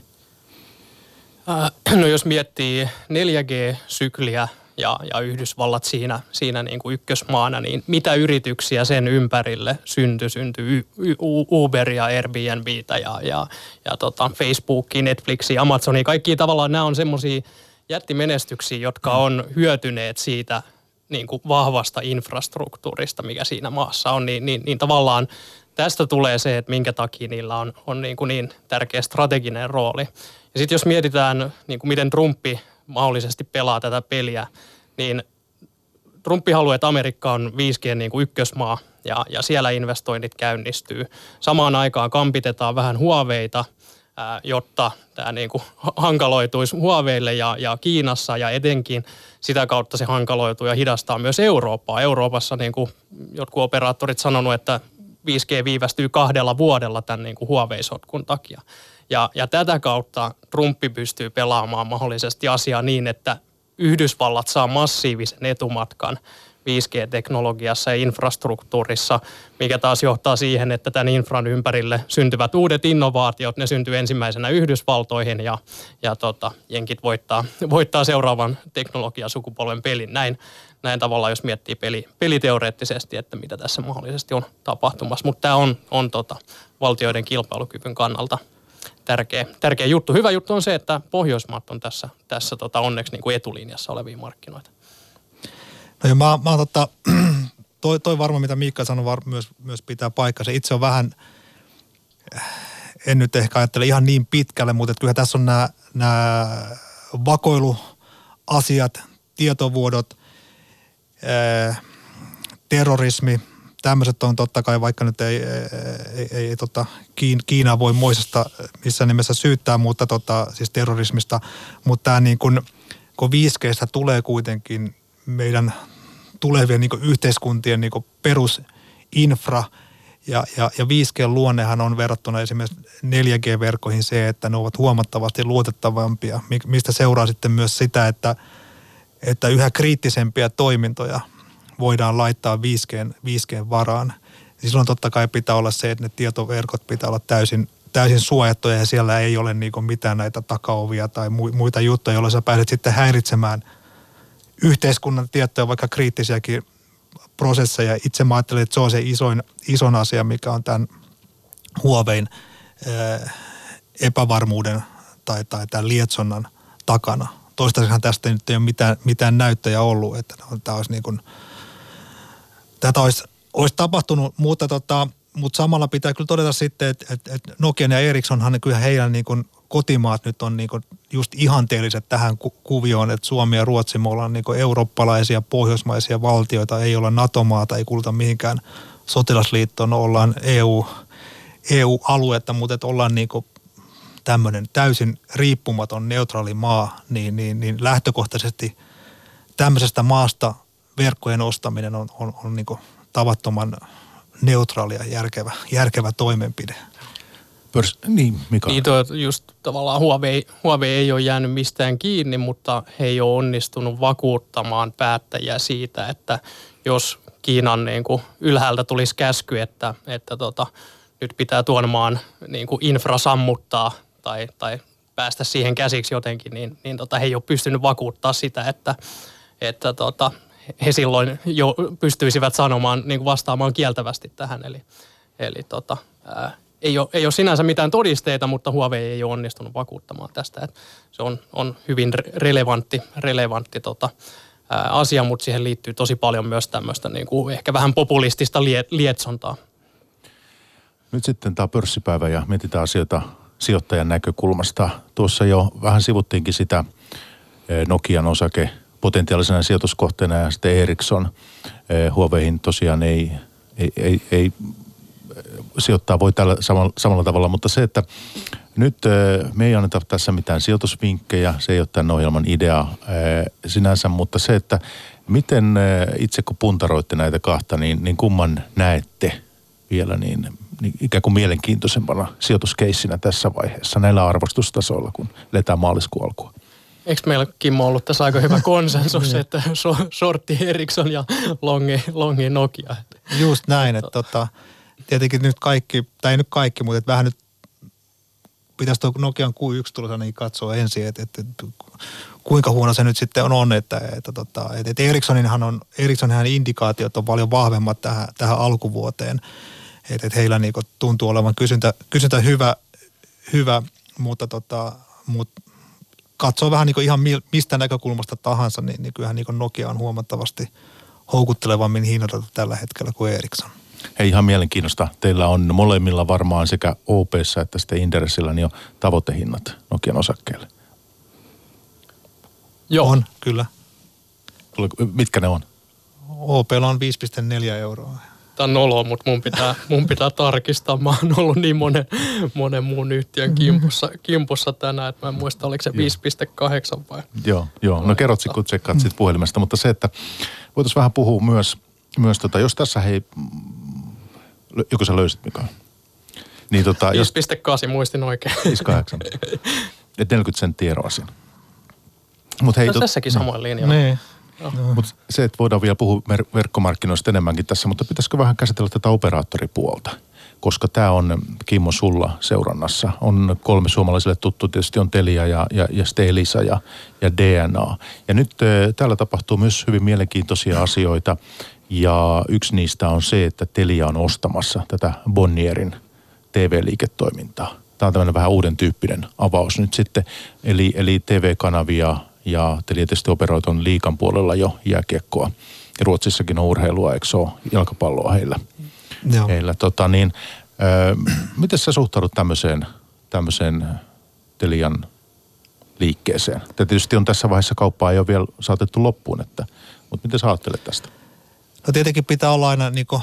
No jos miettii neljä G-sykliä ja, ja Yhdysvallat siinä, siinä niin kuin ykkösmaana, niin mitä yrityksiä sen ympärille syntyi? Syntyi Uberia, Airbnbtä ja, ja, ja tota Facebookia, Netflixia, Amazonia. Kaikki tavallaan nämä on semmoisia jättimenestyksiä, jotka on hyötyneet siitä niin kuin vahvasta infrastruktuurista, mikä siinä maassa on. Niin, niin, niin tavallaan tästä tulee se, että minkä takia niillä on, on niin, kuin niin tärkeä strateginen rooli. Ja sitten jos mietitään, niin kuin miten Trumpi mahdollisesti pelaa tätä peliä, niin Trumpi haluaa, että Amerikka on viisi G niin kuin ykkösmaa ja, ja siellä investoinnit käynnistyy. Samaan aikaan kampitetaan vähän Huaweita, ää, jotta tämä niin kuin hankaloituisi Huaweille ja, ja Kiinassa ja etenkin sitä kautta se hankaloituu ja hidastaa myös Eurooppaa. Euroopassa niin kuin jotkut operaattorit sanonut, että viisi G viivästyy kahdella vuodella tämän niin kuin Huawei-sotkun takia. Ja, ja tätä kautta Trumpi pystyy pelaamaan mahdollisesti asiaa niin, että Yhdysvallat saa massiivisen etumatkan viisi G-teknologiassa ja infrastruktuurissa, mikä taas johtaa siihen, että tämän infran ympärille syntyvät uudet innovaatiot, ne syntyy ensimmäisenä Yhdysvaltoihin ja, ja tota, jenkit voittaa, voittaa seuraavan teknologiasukupolven pelin. Näin, näin tavalla, jos miettii peli, peliteoreettisesti, että mitä tässä mahdollisesti on tapahtumassa. Mutta tämä on, on tota, valtioiden kilpailukyvyn kannalta Tärkeä, tärkeä juttu. Hyvä juttu on se, että Pohjoismaat on tässä, tässä tota onneksi niin kuin etulinjassa olevia markkinoita. No ja mä, mä tota, toi, toi varmaan mitä Miikka sanoi var, myös, myös pitää paikkansa. Itse on vähän, en nyt ehkä ajattele ihan niin pitkälle, mutta kyllä tässä on nämä, nämä vakoiluasiat, tietovuodot, ää, terrorismi, tämmöiset on totta kai, vaikka nyt ei, ei, ei, ei tota, Kiinaa voi moisesta missään nimessä syyttää, mutta tota, siis terrorismista, mutta tämä niin kuin, kun viisi G:stä tulee kuitenkin meidän tulevien niin kuin yhteiskuntien niin kuin perusinfra, ja, ja, ja viisi G:n luonnehan on verrattuna esimerkiksi neljä G-verkkoihin se, että ne ovat huomattavasti luotettavampia, mistä seuraa sitten myös sitä, että, että yhä kriittisempiä toimintoja voidaan laittaa viisi G:n, viisi G:n varaan. Silloin totta kai pitää olla se, että ne tietoverkot pitää olla täysin, täysin suojattuja ja siellä ei ole niin kuin mitään näitä takaovia tai muita juttuja, joilla sä pääset sitten häiritsemään yhteiskunnan tietoja, vaikka kriittisiäkin prosesseja. Itse mä ajattelen, että se on se isoin, isoin asia, mikä on tämän Huawein ää, epävarmuuden tai, tai tämän lietsonnan takana. Toistaiseksihan tästä nyt ei ole mitään, mitään näyttöjä ollut, että tämä olisi niin kuin, tätä olisi, olisi tapahtunut, mutta, tota, mutta samalla pitää kyllä todeta sitten, että, että, että Nokian ja Ericssonhan kyllä heidän niin kuin kotimaat nyt on niin kuin just ihanteelliset tähän ku- kuvioon, että Suomi ja Ruotsi, me ollaan niin kuin eurooppalaisia, pohjoismaisia valtioita, ei olla NATO-maata, ei kuuluta mihinkään sotilasliittoon, ollaan E U, E U-aluetta, mutta että ollaan niin kuin tämmöinen täysin riippumaton, neutraali maa, niin, niin, niin lähtökohtaisesti tämmöisestä maasta verkkojen ostaminen on, on, on niin kuin tavattoman neutraali ja järkevä, järkevä toimenpide. Pörs, niin, Mika. Niin tuo just tavallaan Huawei, Huawei ei ole jäänyt mistään kiinni, mutta he ei ole onnistunut vakuuttamaan päättäjiä siitä, että jos Kiinan niin kuin ylhäältä tulisi käsky, että, että tota, nyt pitää tuon maan niin kuin infra sammuttaa tai, tai päästä siihen käsiksi jotenkin, niin, niin tota, he ei ole pystynyt vakuuttaa sitä, että, että tota, he silloin jo pystyisivät sanomaan, niin kuin vastaamaan kieltävästi tähän. Eli, eli tota, ää, ei, ole, ei ole sinänsä mitään todisteita, mutta Huawei ei ole onnistunut vakuuttamaan tästä. Että se on, on hyvin relevantti, relevantti tota, ää, asia, mutta siihen liittyy tosi paljon myös tämmöistä niin kuin ehkä vähän populistista lie, lietsontaa. Nyt sitten tämä pörssipäivä ja mietitään asioita sijoittajan näkökulmasta. Tuossa jo vähän sivuttiinkin sitä Nokian osake potentiaalisena sijoituskohteena ja sitten Ericsson. Huaweihin tosiaan ei, ei, ei, ei sijoittaa voi tällä samalla, samalla tavalla, mutta se, että nyt me ei anneta tässä mitään sijoitusvinkkejä, se ei ole tämän ohjelman idea sinänsä, mutta se, että miten itse kun puntaroitte näitä kahta, niin, niin kumman näette vielä niin, niin ikään kuin mielenkiintoisempana sijoituskeissinä tässä vaiheessa näillä arvostustasoilla, kun eletään maaliskuun alkua? Eikö meillä, Kimmo, ollut tässä aika hyvä konsensus, että so, sortti Ericsson ja longi, longi Nokia? Just näin, että tota, tietenkin nyt kaikki, tai ei nyt kaikki, mutta että vähän nyt pitäisi tuo Nokian Q yksi tulossa niin katsoa ensin, että, että, että kuinka huono se nyt sitten on, että, että, että, että Ericssoninhan on, Ericssoninhan indikaatiot on paljon vahvemmat tähän, tähän alkuvuoteen, että, että heillä niin tuntuu olevan kysyntä, kysyntä hyvä, hyvä mutta, tota, mutta katsoo vähän niin ihan mistä näkökulmasta tahansa, niin, niin kyllähän niin Nokia on huomattavasti houkuttelevammin hinnoiteltu tällä hetkellä kuin Ericsson. Hei, ihan mielenkiinnosta. Teillä on molemmilla varmaan sekä O P:ssä että sitten Inderesillä niin jo tavoitehinnat Nokian osakkeelle. Joo. On, kyllä. Mitkä ne on? O P:lla on viisi pilkku neljä euroa. Tämä on noloa, mutta mun pitää, mun pitää tarkistaa. Mä oon ollut niin monen, monen muun yhtiön kimpussa, kimpussa tänään, että mä en muista, oliko se viisi pilkku kahdeksan vai? Joo, joo. No kerrot sitten, kun tsekkaat siitä puhelimesta. Mutta se, että voitaisiin vähän puhua myös, myös tota, jos tässä hei, joku sä löysit, Mika? Niin tota, viisi pilkku kahdeksan, muistin oikein. viisi pilkku kahdeksan. Että neljäkymmentä senttiä eroa siinä. Mut hei, tot... Tässäkin no. samoin linjalla. Niin. No. Mutta se, että voidaan vielä puhua verkkomarkkinoista enemmänkin tässä, mutta pitäisikö vähän käsitellä tätä operaattoripuolta? Koska tämä on, Kimmo, sulla seurannassa. On kolme suomalaisille tuttu, tietysti on Telia ja, ja, ja sitten Elisa ja, ja D N A. Ja nyt e, täällä tapahtuu myös hyvin mielenkiintoisia asioita. Ja yksi niistä on se, että Telia on ostamassa tätä Bonnierin T V-liiketoimintaa. Tämä on tämmöinen vähän uuden tyyppinen avaus nyt sitten. Eli, eli T V-kanavia ja Telia tietysti operoi tuon liigan puolella jo jääkiekkoa. Ja Ruotsissakin on urheilua, eikö se ole jalkapalloa heillä? Joo. Heillä tota niin, Öö, miten sä suhtaudut tämmöiseen, tämmöiseen Telian liikkeeseen? Te tietysti on tässä vaiheessa kauppaa ei ole vielä saatettu loppuun, että, mutta miten sä ajattelet tästä? No tietenkin pitää olla aina niinku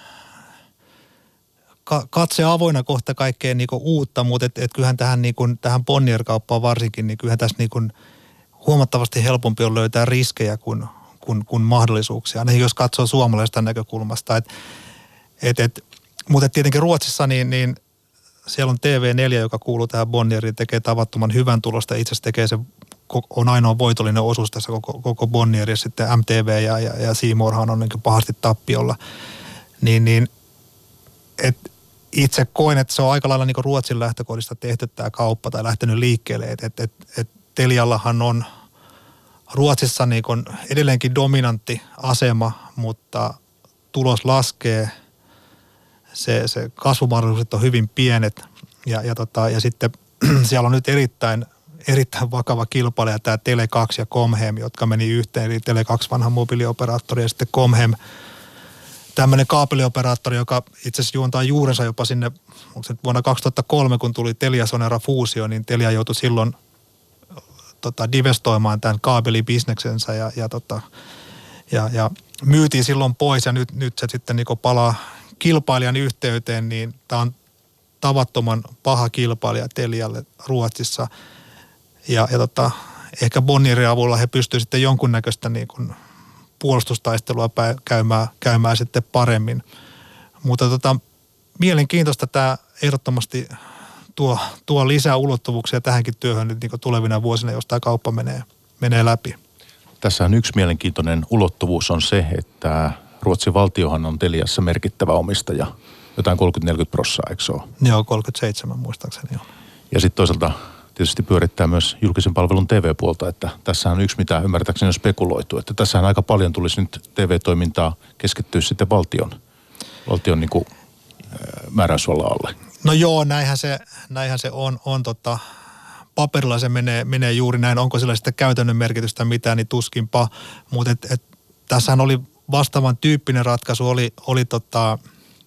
katse avoinna kohta kaikkea niinku uutta, mutta et, et kyllähän tähän, niinku, tähän Bonnier-kauppaan varsinkin, niin kyllähän tässä niinku huomattavasti helpompi on löytää riskejä kuin, kuin, kuin mahdollisuuksia. Ainakin jos katsoo suomalaisesta näkökulmasta. Et, et, et, mutta et tietenkin Ruotsissa niin, niin siellä on T V neljä, joka kuuluu tähän Bonnieriin, tekee tavattoman hyvän tulosta. Itse asiassa tekee se, on ainoa voitollinen osuus tässä koko, koko Bonnier, ja sitten M T V ja, ja, ja C Morehan on niin pahasti tappiolla. Niin, niin et itse koen, että se on aika lailla niin Ruotsin lähtökohdista tehty tämä kauppa tai lähtenyt liikkeelle. Että et, et, et Teliallahan on Ruotsissa niin kuin edelleenkin dominantti asema, mutta tulos laskee. Se, se kasvumahdollisuudet on hyvin pienet ja, ja, tota, ja sitten siellä on nyt erittäin, erittäin vakava kilpailija tämä Tele kaksi ja Comhem, jotka meni yhteen. Eli Tele kaksi vanha mobiilioperaattori ja sitten Comhem, tämmöinen kaapelioperaattori, joka itse asiassa juontaa juurensa jopa sinne vuonna kaksituhattakolme, kun tuli Telia-Sonera-fuusio, niin Telia joutui silloin tota, divestoimaan tämän kaabelibisneksensä ja, ja, tota, ja, ja myytiin silloin pois ja nyt, nyt se sitten niin palaa kilpailijan yhteyteen, niin tämä on tavattoman paha kilpailija Telialle Ruotsissa. Ja, ja tota, ehkä Bonnierin avulla he pystyvät sitten jonkunnäköistä niin kuin puolustustaistelua päin, käymään, käymään sitten paremmin. Mutta tota, mielenkiintoista tämä ehdottomasti tuo, tuo lisää ulottuvuuksia tähänkin työhön nyt niin kuin tulevina vuosina, jos tämä kauppa menee, menee läpi. Tässähän yksi mielenkiintoinen ulottuvuus on se, että Ruotsin valtiohan on Teliassa merkittävä omistaja, jotain kolmekymmentä neljäkymmentä prosenttia, eikö se ole? Joo, kolmekymmentäseitsemän muistaakseni jo. Ja sitten toisaalta tietysti pyörittää myös julkisen palvelun T V-puolta, että tässä on yksi, mitä ymmärtääkseni on spekuloitu, että tässähän aika paljon tulisi nyt T V-toimintaa keskittyä sitten valtion, valtion niin kuin, määräysvallan alle. No joo, näinhän se, näinhän se on, on tota, paperilla se menee, menee juuri näin, onko sillä sitten käytännön merkitystä mitään, niin tuskinpa, mutta et, et, tässähän oli vastaavan tyyppinen ratkaisu, oli, oli tota,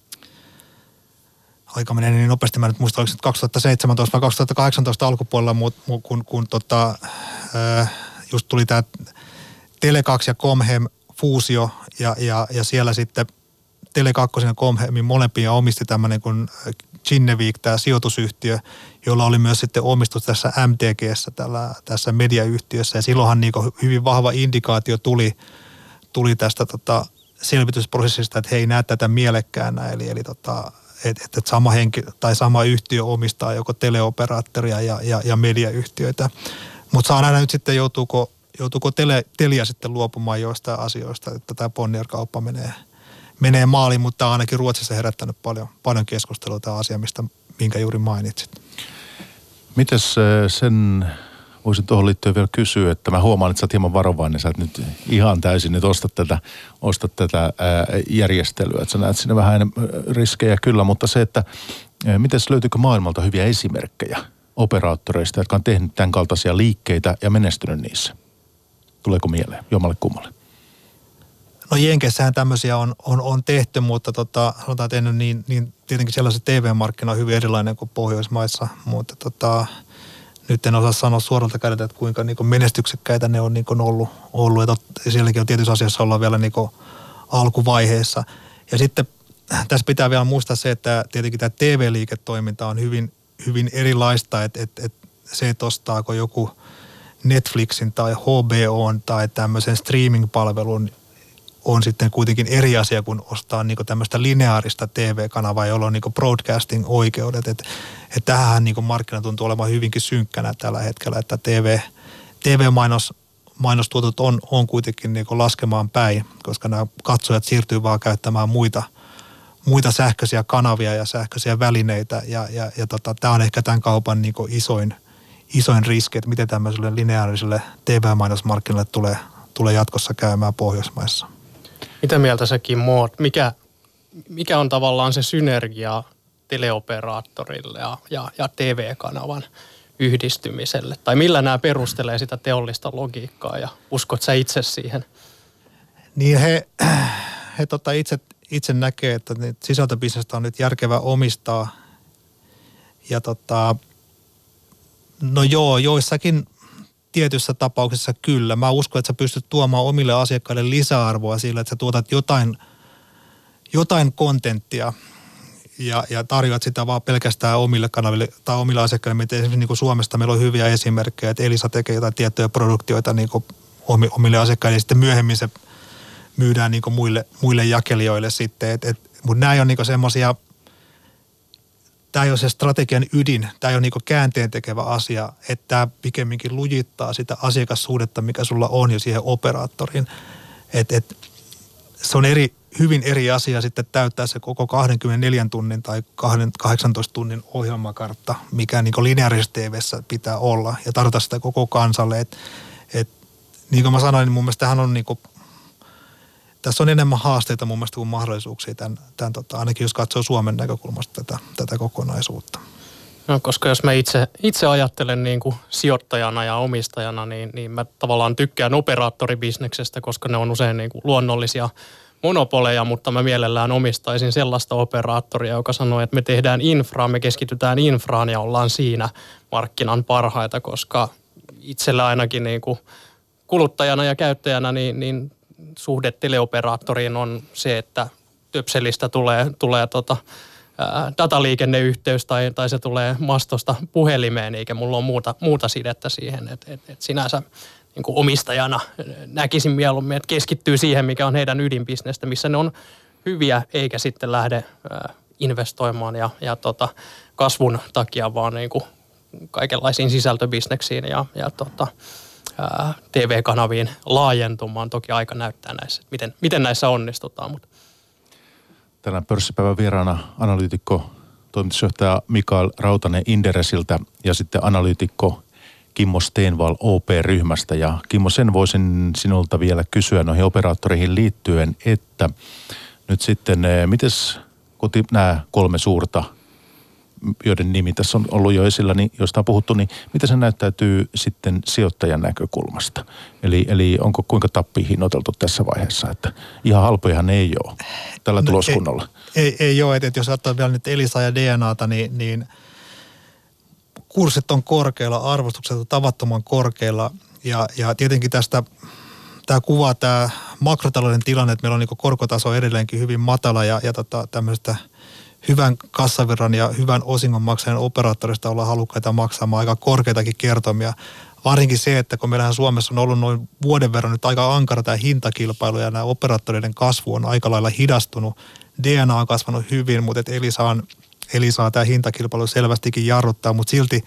aika menee niin nopeasti, mä nyt muistan, oliko se kaksituhattaseitsemäntoista vai kaksituhattakahdeksantoista alkupuolella, mutta kun, kun tota, äh, just tuli tämä Tele kaksi ja Comhem fuusio ja, ja, ja siellä sitten Tele kaksi ja Comhemin molempia omisti tämmöinen kuin Kinnevik, tämä sijoitusyhtiö, jolla oli myös sitten omistus tässä M T G:ssä, tällä, tässä mediayhtiössä ja silloinhan niin kuin hyvin vahva indikaatio tuli, tuli tästä tota selvitysprosessista, että he ei näe tätä mielekkäänä, eli, eli tota, että et, et sama henki tai sama yhtiö omistaa joko teleoperaattoria ja, ja, ja mediayhtiöitä. Mutta saa nähdä nyt sitten, joutuuko, joutuuko tele, Telia sitten luopumaan joistain asioista, että tämä Bonnier-kauppa menee, menee maaliin, mutta tämä on ainakin Ruotsissa herättänyt paljon, paljon keskustelua tämä asia, mistä, minkä juuri mainitsit. Mites sen voisin tuohon liittyen vielä kysyä, että mä huomaan, että sä oot hieman varovainen, sä et nyt ihan täysin nyt ostat tätä, ostat tätä ää, järjestelyä, että sä näet sinne vähän riskejä kyllä, mutta se, että ää, mites löytyykö maailmalta hyviä esimerkkejä operaattoreista, jotka on tehnyt tämän kaltaisia liikkeitä ja menestynyt niissä? Tuleeko mieleen jommalle kummalle? No Jenkeissähän tämmöisiä on, on, on tehty, mutta tota, sanotaan tehnyt niin, niin tietenkin siellä se T V-markkina on hyvin erilainen kuin Pohjoismaissa, mutta tota, nyt en osaa sanoa suoralta kädeltä, että kuinka niin kuin menestyksekkäitä ne on niin kuin ollut, ollut. Ja tot, sielläkin on tietyissä asiassa ollaan vielä niin kuin alkuvaiheessa. Ja sitten tässä pitää vielä muistaa se, että tietenkin tämä T V-liiketoiminta on hyvin, hyvin erilaista, että, että, että se, että ostaako joku Netflixin tai H B O:n tai tämmöisen streaming-palvelun on sitten kuitenkin eri asia kuin ostaa niin kuin tämmöistä lineaarista T V-kanavaa, jolla on niin kuin broadcasting-oikeudet. Että et tähän niin kuin markkina tuntuu olemaan hyvinkin synkkänä tällä hetkellä, että T V, T V-mainos, mainostuotot on, on kuitenkin niin kuin laskemaan päin, koska nämä katsojat siirtyy vaan käyttämään muita, muita sähköisiä kanavia ja sähköisiä välineitä. Ja, ja, ja tota, tämä on ehkä tämän kaupan niin kuin isoin, isoin riski, että miten tämmöiselle lineaariselle T V-mainosmarkkinalle tulee, tulee jatkossa käymään Pohjoismaissa. Mitä mieltä säkin oot? Mikä, mikä on tavallaan se synergia teleoperaattorille ja, ja, ja T V-kanavan yhdistymiselle? Tai millä nämä perustelee sitä teollista logiikkaa ja uskot sä itse siihen? Niin he, he tota itse, itse näkee, että sisältöbisnestä on nyt järkevä omistaa. Ja tota, no joo, joissakin tietyissä tapauksissa kyllä. Mä uskon, että sä pystyt tuomaan omille asiakkaille lisäarvoa sillä, että sä tuotat jotain, jotain kontenttia ja, ja tarjoat sitä vaan pelkästään omille kanaville tai omille asiakkaille. Esimerkiksi niin kuin Suomesta meillä on hyviä esimerkkejä, että Elisa tekee jotain tiettyjä produktioita niin kuin omille asiakkaille ja sitten myöhemmin se myydään niin kuin muille, muille jakelijoille sitten. Et, et, mutta nämä ei ole niin kuin semmoisia, tämä ei ole se strategian ydin, tämä ei ole niin kuin käänteen tekevä asia, että tämä pikemminkin lujittaa sitä asiakassuhdetta, mikä sulla on jo siihen operaattoriin. Et, et, se on eri, hyvin eri asia sitten täyttää se koko kaksikymmentäneljä tunnin tai kahdeksantoista tunnin ohjelmakartta, mikä niin kuin lineaarisessa T V:ssä pitää olla ja tarjota sitä koko kansalle. Et, et, niin kuin mä sanoin, niin mun mielestä tähän on niin kuin, tässä on enemmän haasteita mun mielestä kuin mahdollisuuksia, tämän, tämän, tota, ainakin jos katsoo Suomen näkökulmasta tätä, tätä kokonaisuutta. No, koska jos mä itse, itse ajattelen niin kuin sijoittajana ja omistajana, niin, niin mä tavallaan tykkään operaattoribisneksestä, koska ne on usein niin kuin luonnollisia monopoleja, mutta mä mielellään omistaisin sellaista operaattoria, joka sanoo, että me tehdään infraa, me keskitytään infraan ja ollaan siinä markkinan parhaita, koska itsellä ainakin niin kuin kuluttajana ja käyttäjänä niin, niin suhde teleoperaattoriin on se, että töpselistä tulee, tulee tota, ää, dataliikenneyhteys tai, tai se tulee mastosta puhelimeen, eikä mulla ole muuta, muuta sidettä siihen. Et, et, et sinänsä niin kuin omistajana näkisin mieluummin, että keskittyy siihen, mikä on heidän ydinbisnestä, missä ne on hyviä, eikä sitten lähde ää, investoimaan ja, ja tota, kasvun takia, vaan niin kuin kaikenlaisiin sisältöbisneksiin ja, ja tota, T V-kanaviin laajentumaan. Toki aika näyttää näissä, että miten, miten näissä onnistutaan. Mutta. Tänään pörssipäivän vieraana analyytikko, toimitusjohtaja Mikael Rautanen Inderesiltä ja sitten analyytikko Kimmo Stenvall O P-ryhmästä. Ja Kimmo, sen voisin sinulta vielä kysyä noihin operaattoreihin liittyen, että nyt sitten, mites koti nämä kolme suurta, joiden nimi tässä on ollut jo esillä, niin joista on puhuttu, niin miten se näyttäytyy sitten sijoittajan näkökulmasta? Eli, eli onko kuinka tappia hinnoiteltu tässä vaiheessa, että ihan halpojahan ei ole tällä no, tuloskunnolla? Ei, ei, ei ole, että jos ottaa vielä nyt Elisa ja D N A:ta, niin, niin kurssit on korkealla, arvostukset on tavattoman korkealla ja, ja tietenkin tästä tämä kuvaa tämä makrotalouden tilanne, että meillä on niin korkotaso edelleenkin hyvin matala ja, ja tota, tämmöistä hyvän kassavirran ja hyvän osingon maksajan operaattorista ollaan halukkaita maksamaan aika korkeitakin kertomia. Varsinkin se, että kun meillähän Suomessa on ollut noin vuoden verran nyt aika ankara tämä hintakilpailu ja nämä operaattoreiden kasvu on aika lailla hidastunut. D N A on kasvanut hyvin, mutta et Elisaan, Elisaan tämä hintakilpailu selvästikin jarruttaa, mutta silti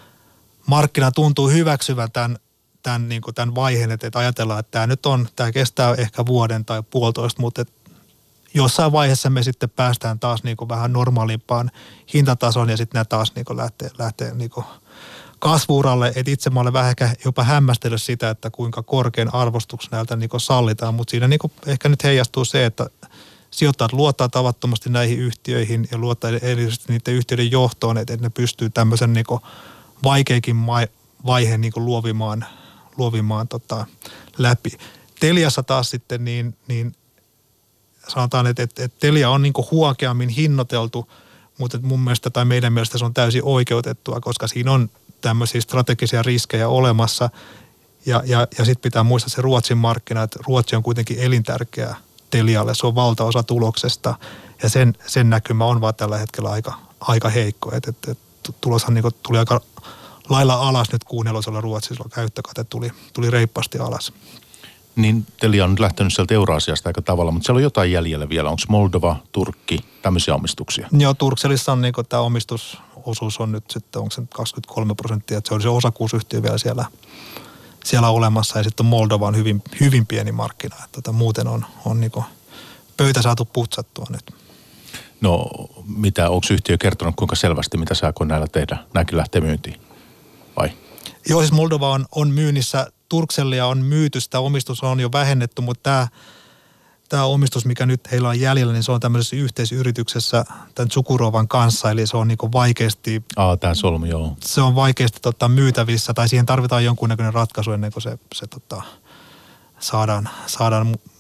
markkina tuntuu hyväksyvän tämän, tämän, niin kuin tämän vaiheen, että, että ajatellaan, että tämä nyt on, tämä kestää ehkä vuoden tai puolitoista, mutta että jossain vaiheessa me sitten päästään taas niin kuin vähän normaalimpaan hintatasoon ja sitten nämä taas niin kuin lähtee, lähtee niin kuin kasvu-uralle. Et itse mä olen vähän ehkä jopa hämmästellyt sitä, että kuinka korkean arvostuksen näiltä niin kuin sallitaan, mutta siinä niin kuin ehkä nyt heijastuu se, että sijoittajat luottaa tavattomasti näihin yhtiöihin ja luottaa erityisesti niiden yhtiöiden johtoon, että ne pystyy tämmöisen niin kuin vaikeakin vaiheen niin kuin luovimaan, luovimaan tota läpi. Teliassa taas sitten niin, niin sanotaan, että, että, että Telia on niin kuin huokeammin hinnoiteltu, mutta että mun mielestä tai meidän mielestä se on täysin oikeutettua, koska siinä on tämmöisiä strategisia riskejä olemassa. Ja, ja, ja sitten pitää muistaa se Ruotsin markkina, että Ruotsi on kuitenkin elintärkeä Telialle. Se on valtaosa tuloksesta ja sen, sen näkymä on vaan tällä hetkellä aika, aika heikko. Että, että, että tuloshan niin kuin tuli aika lailla alas nyt kuunnelosella Ruotsissa, käyttökate tuli, tuli reippaasti alas. Niin Telia on nyt lähtenyt sieltä Euraasiasta aika tavalla, mutta siellä on jotain jäljellä vielä. Onko Moldova, Turkki, tämmöisiä omistuksia? Joo, Turkselissa on niin kuin tämä omistusosuus on nyt sitten, onko se kaksikymmentäkolme prosenttia, että se on se osakuusyhtiö vielä siellä, siellä olemassa ja sitten Moldova on hyvin, hyvin pieni markkina, että tota, muuten on, on niin kuin pöytä saatu putsattua nyt. No mitä, onko yhtiö kertonut kuinka selvästi, mitä sä kun näillä tehdä? Nämäkin lähtee myyntiin, vai? Joo, siis Moldova on, on myynnissä. Turksellia on myyty, sitä omistus on jo vähennetty, mutta tämä, tämä omistus, mikä nyt heillä on jäljellä, niin se on tämmöisessä yhteisyrityksessä tämän Tsukurovan kanssa, eli se on niin kuin vaikeasti... Aa, tämä solmi, joo. Se on vaikeasti tota, myytävissä, tai siihen tarvitaan jonkunnäköinen ratkaisu ennen kuin se, se tota, saadaan, saadaan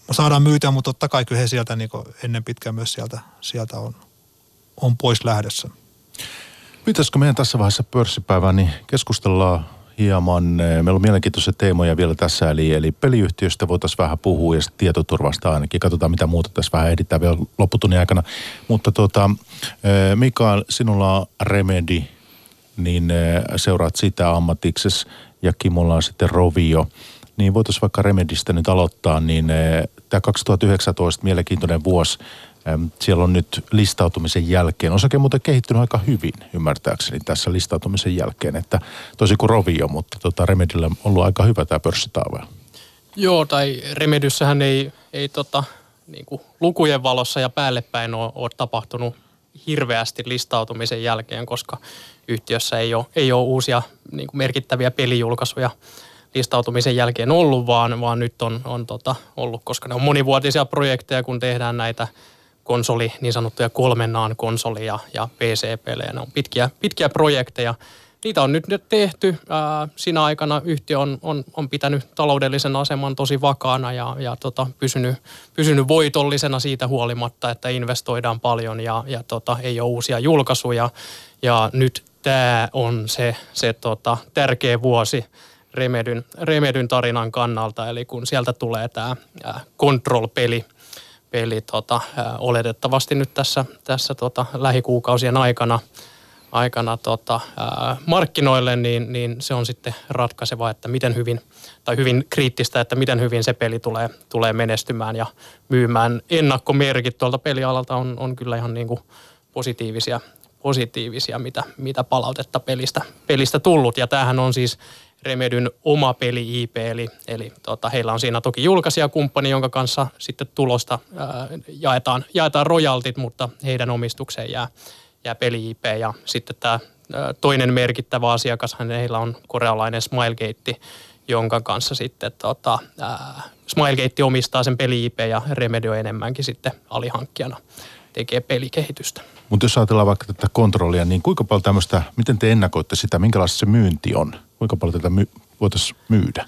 saadaan myytyä, mutta totta kai kyllä he sieltä niin ennen pitkään myös sieltä, sieltä on, on pois lähdössä. Pitäisikö meidän tässä vaiheessa pörssipäivää, niin keskustellaan hieman. Meillä on mielenkiintoisia teemoja vielä tässä, eli, eli peliyhtiöstä voitaisiin vähän puhua ja tietoturvasta ainakin. Katsotaan, mitä muuta tässä vähän ehditään vielä lopputunnin aikana. Mutta tuota, Mikael, sinulla on Remedy, niin seuraat sitä ammatiksesi ja Kimolla on sitten Rovio. Niin voitaisiin vaikka Remedystä nyt aloittaa, niin tämä kaksituhattayhdeksäntoista mielenkiintoinen vuosi. Siellä on nyt listautumisen jälkeen. Osake on muuten kehittynyt aika hyvin, ymmärtääkseni, tässä listautumisen jälkeen. Että tosi kuin Rovio, mutta tota Remedyllä on ollut aika hyvä tämä pörssitaava. Joo, tai Remedyssähän ei, ei tota, niin kuin lukujen valossa ja päällepäin ole, ole tapahtunut hirveästi listautumisen jälkeen, koska yhtiössä ei ole, ei ole uusia niin kuin merkittäviä pelijulkaisuja listautumisen jälkeen ollut, vaan, vaan nyt on, on tota, ollut, koska ne on monivuotisia projekteja, kun tehdään näitä konsoli, niin sanottuja kolmennaan konsolia ja P C-pelejä. Ne on pitkiä, pitkiä projekteja. Niitä on nyt tehty. Ää, siinä aikana yhtiö on, on, on pitänyt taloudellisen aseman tosi vakaana ja, ja tota, pysynyt, pysynyt voitollisena siitä huolimatta, että investoidaan paljon ja, ja tota, ei ole uusia julkaisuja. Ja nyt tämä on se, se tota, tärkeä vuosi Remedyn, Remedyn tarinan kannalta, eli kun sieltä tulee tämä Control-peli, peli, tota, ää, oletettavasti nyt tässä, tässä tota, lähikuukausien aikana, aikana tota, ää, markkinoille, niin, niin se on sitten ratkaiseva, että miten hyvin, tai hyvin kriittistä, että miten hyvin se peli tulee, tulee menestymään ja myymään. Ennakkomerkit tuolta pelialalta on, on kyllä ihan niin kuin positiivisia, positiivisia mitä, mitä palautetta pelistä, pelistä tullut, ja tämähän on siis Remedyn oma peli I P, eli, eli tota, heillä on siinä toki julkaisijakumppani, jonka kanssa sitten tulosta ää, jaetaan, jaetaan royaltit, mutta heidän omistukseen jää, jää peli I P. Ja sitten tämä ää, toinen merkittävä asiakas, heillä on korealainen Smilegate, jonka kanssa sitten tota, ää, Smilegate omistaa sen peli I P ja Remedy on enemmänkin sitten alihankkijana tekee pelikehitystä. Mutta jos ajatellaan vaikka tätä kontrollia, niin kuinka paljon tämmöistä, miten te ennakoitte sitä, minkälaista se myynti on? Kuinka paljon tätä my, voitaisiin myydä?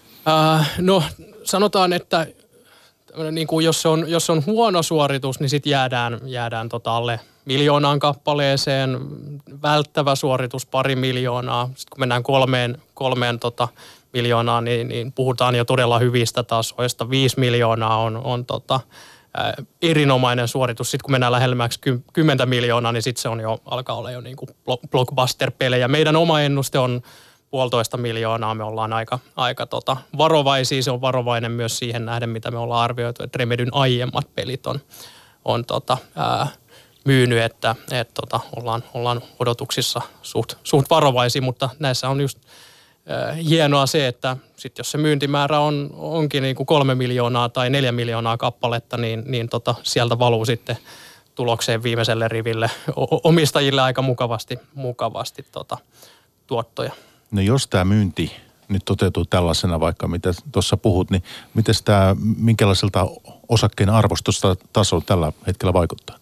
Äh, no sanotaan, että niin kuin jos, on, jos on huono suoritus, niin sitten jäädään, jäädään tota alle miljoonaan kappaleeseen. Välttävä suoritus pari miljoonaa. Sitten kun mennään kolmeen, kolmeen tota miljoonaan, niin, niin puhutaan jo todella hyvistä tasoista. Viisi miljoonaa on, on tota, äh, erinomainen suoritus. Sitten kun mennään lähemmäksi kymmentä miljoonaa, niin sitten se on jo, alkaa olla jo niin kuin blockbuster-pelejä. Meidän oma ennuste on puolitoista miljoonaa. Me ollaan aika, aika tota, varovaisia. Se on varovainen myös siihen nähden, mitä me ollaan arvioitu, että Remedyn aiemmat pelit on, on tota, ää, myynyt, että et, tota, ollaan, ollaan odotuksissa suht, suht varovaisia, mutta näissä on just ää, hienoa se, että sit jos se myyntimäärä on, onkin niin kuin kolme miljoonaa tai neljä miljoonaa kappaletta, niin, niin tota, sieltä valuu sitten tulokseen viimeiselle riville omistajille aika mukavasti, mukavasti tota, tuottoja. No jos tämä myynti nyt toteutuu tällaisena, vaikka mitä tuossa puhut, niin miten tämä, minkälaiselta osakkeen arvostusta tasolla tällä hetkellä vaikuttaa?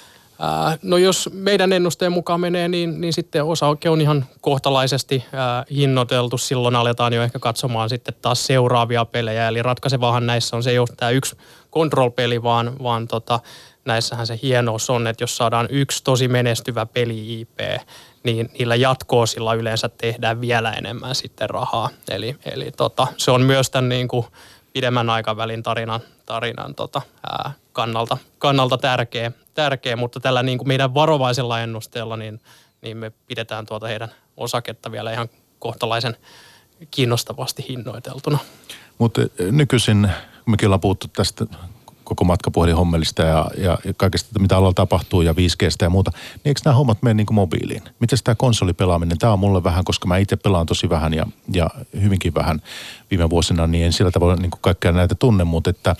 Ää, no jos meidän ennusteen mukaan menee, niin, niin sitten osake on ihan kohtalaisesti ää, hinnoiteltu. Silloin aletaan jo ehkä katsomaan sitten taas seuraavia pelejä. Eli ratkaisevahan näissä on se ei ole tämä yksi control-peli, vaan, vaan tota, näissähän se hienous on, että jos saadaan yksi tosi menestyvä peli I P, niin niillä jatko-osilla yleensä tehdään vielä enemmän sitten rahaa. Eli, eli tota, se on myös tämän niin kuin pidemmän aikavälin tarinan, tarinan tota, ää, kannalta, kannalta tärkeä, tärkeä, mutta tällä niin kuin meidän varovaisella ennusteella niin, niin me pidetään tuota heidän osaketta vielä ihan kohtalaisen kiinnostavasti hinnoiteltuna. Mutta nykyisin, mekin ollaan puhuttu tästä koko matkapuhelinhommelista ja, ja kaikesta, mitä alalla tapahtuu ja viisi G:stä ja muuta, niin eikö nämä hommat mene niin kuin mobiiliin? Miten tämä konsolipelaaminen? Tämä on mulle vähän, koska mä itse pelaan tosi vähän ja, ja hyvinkin vähän viime vuosina, niin en sillä tavalla niin kuin kaikkea näitä tunne, mutta että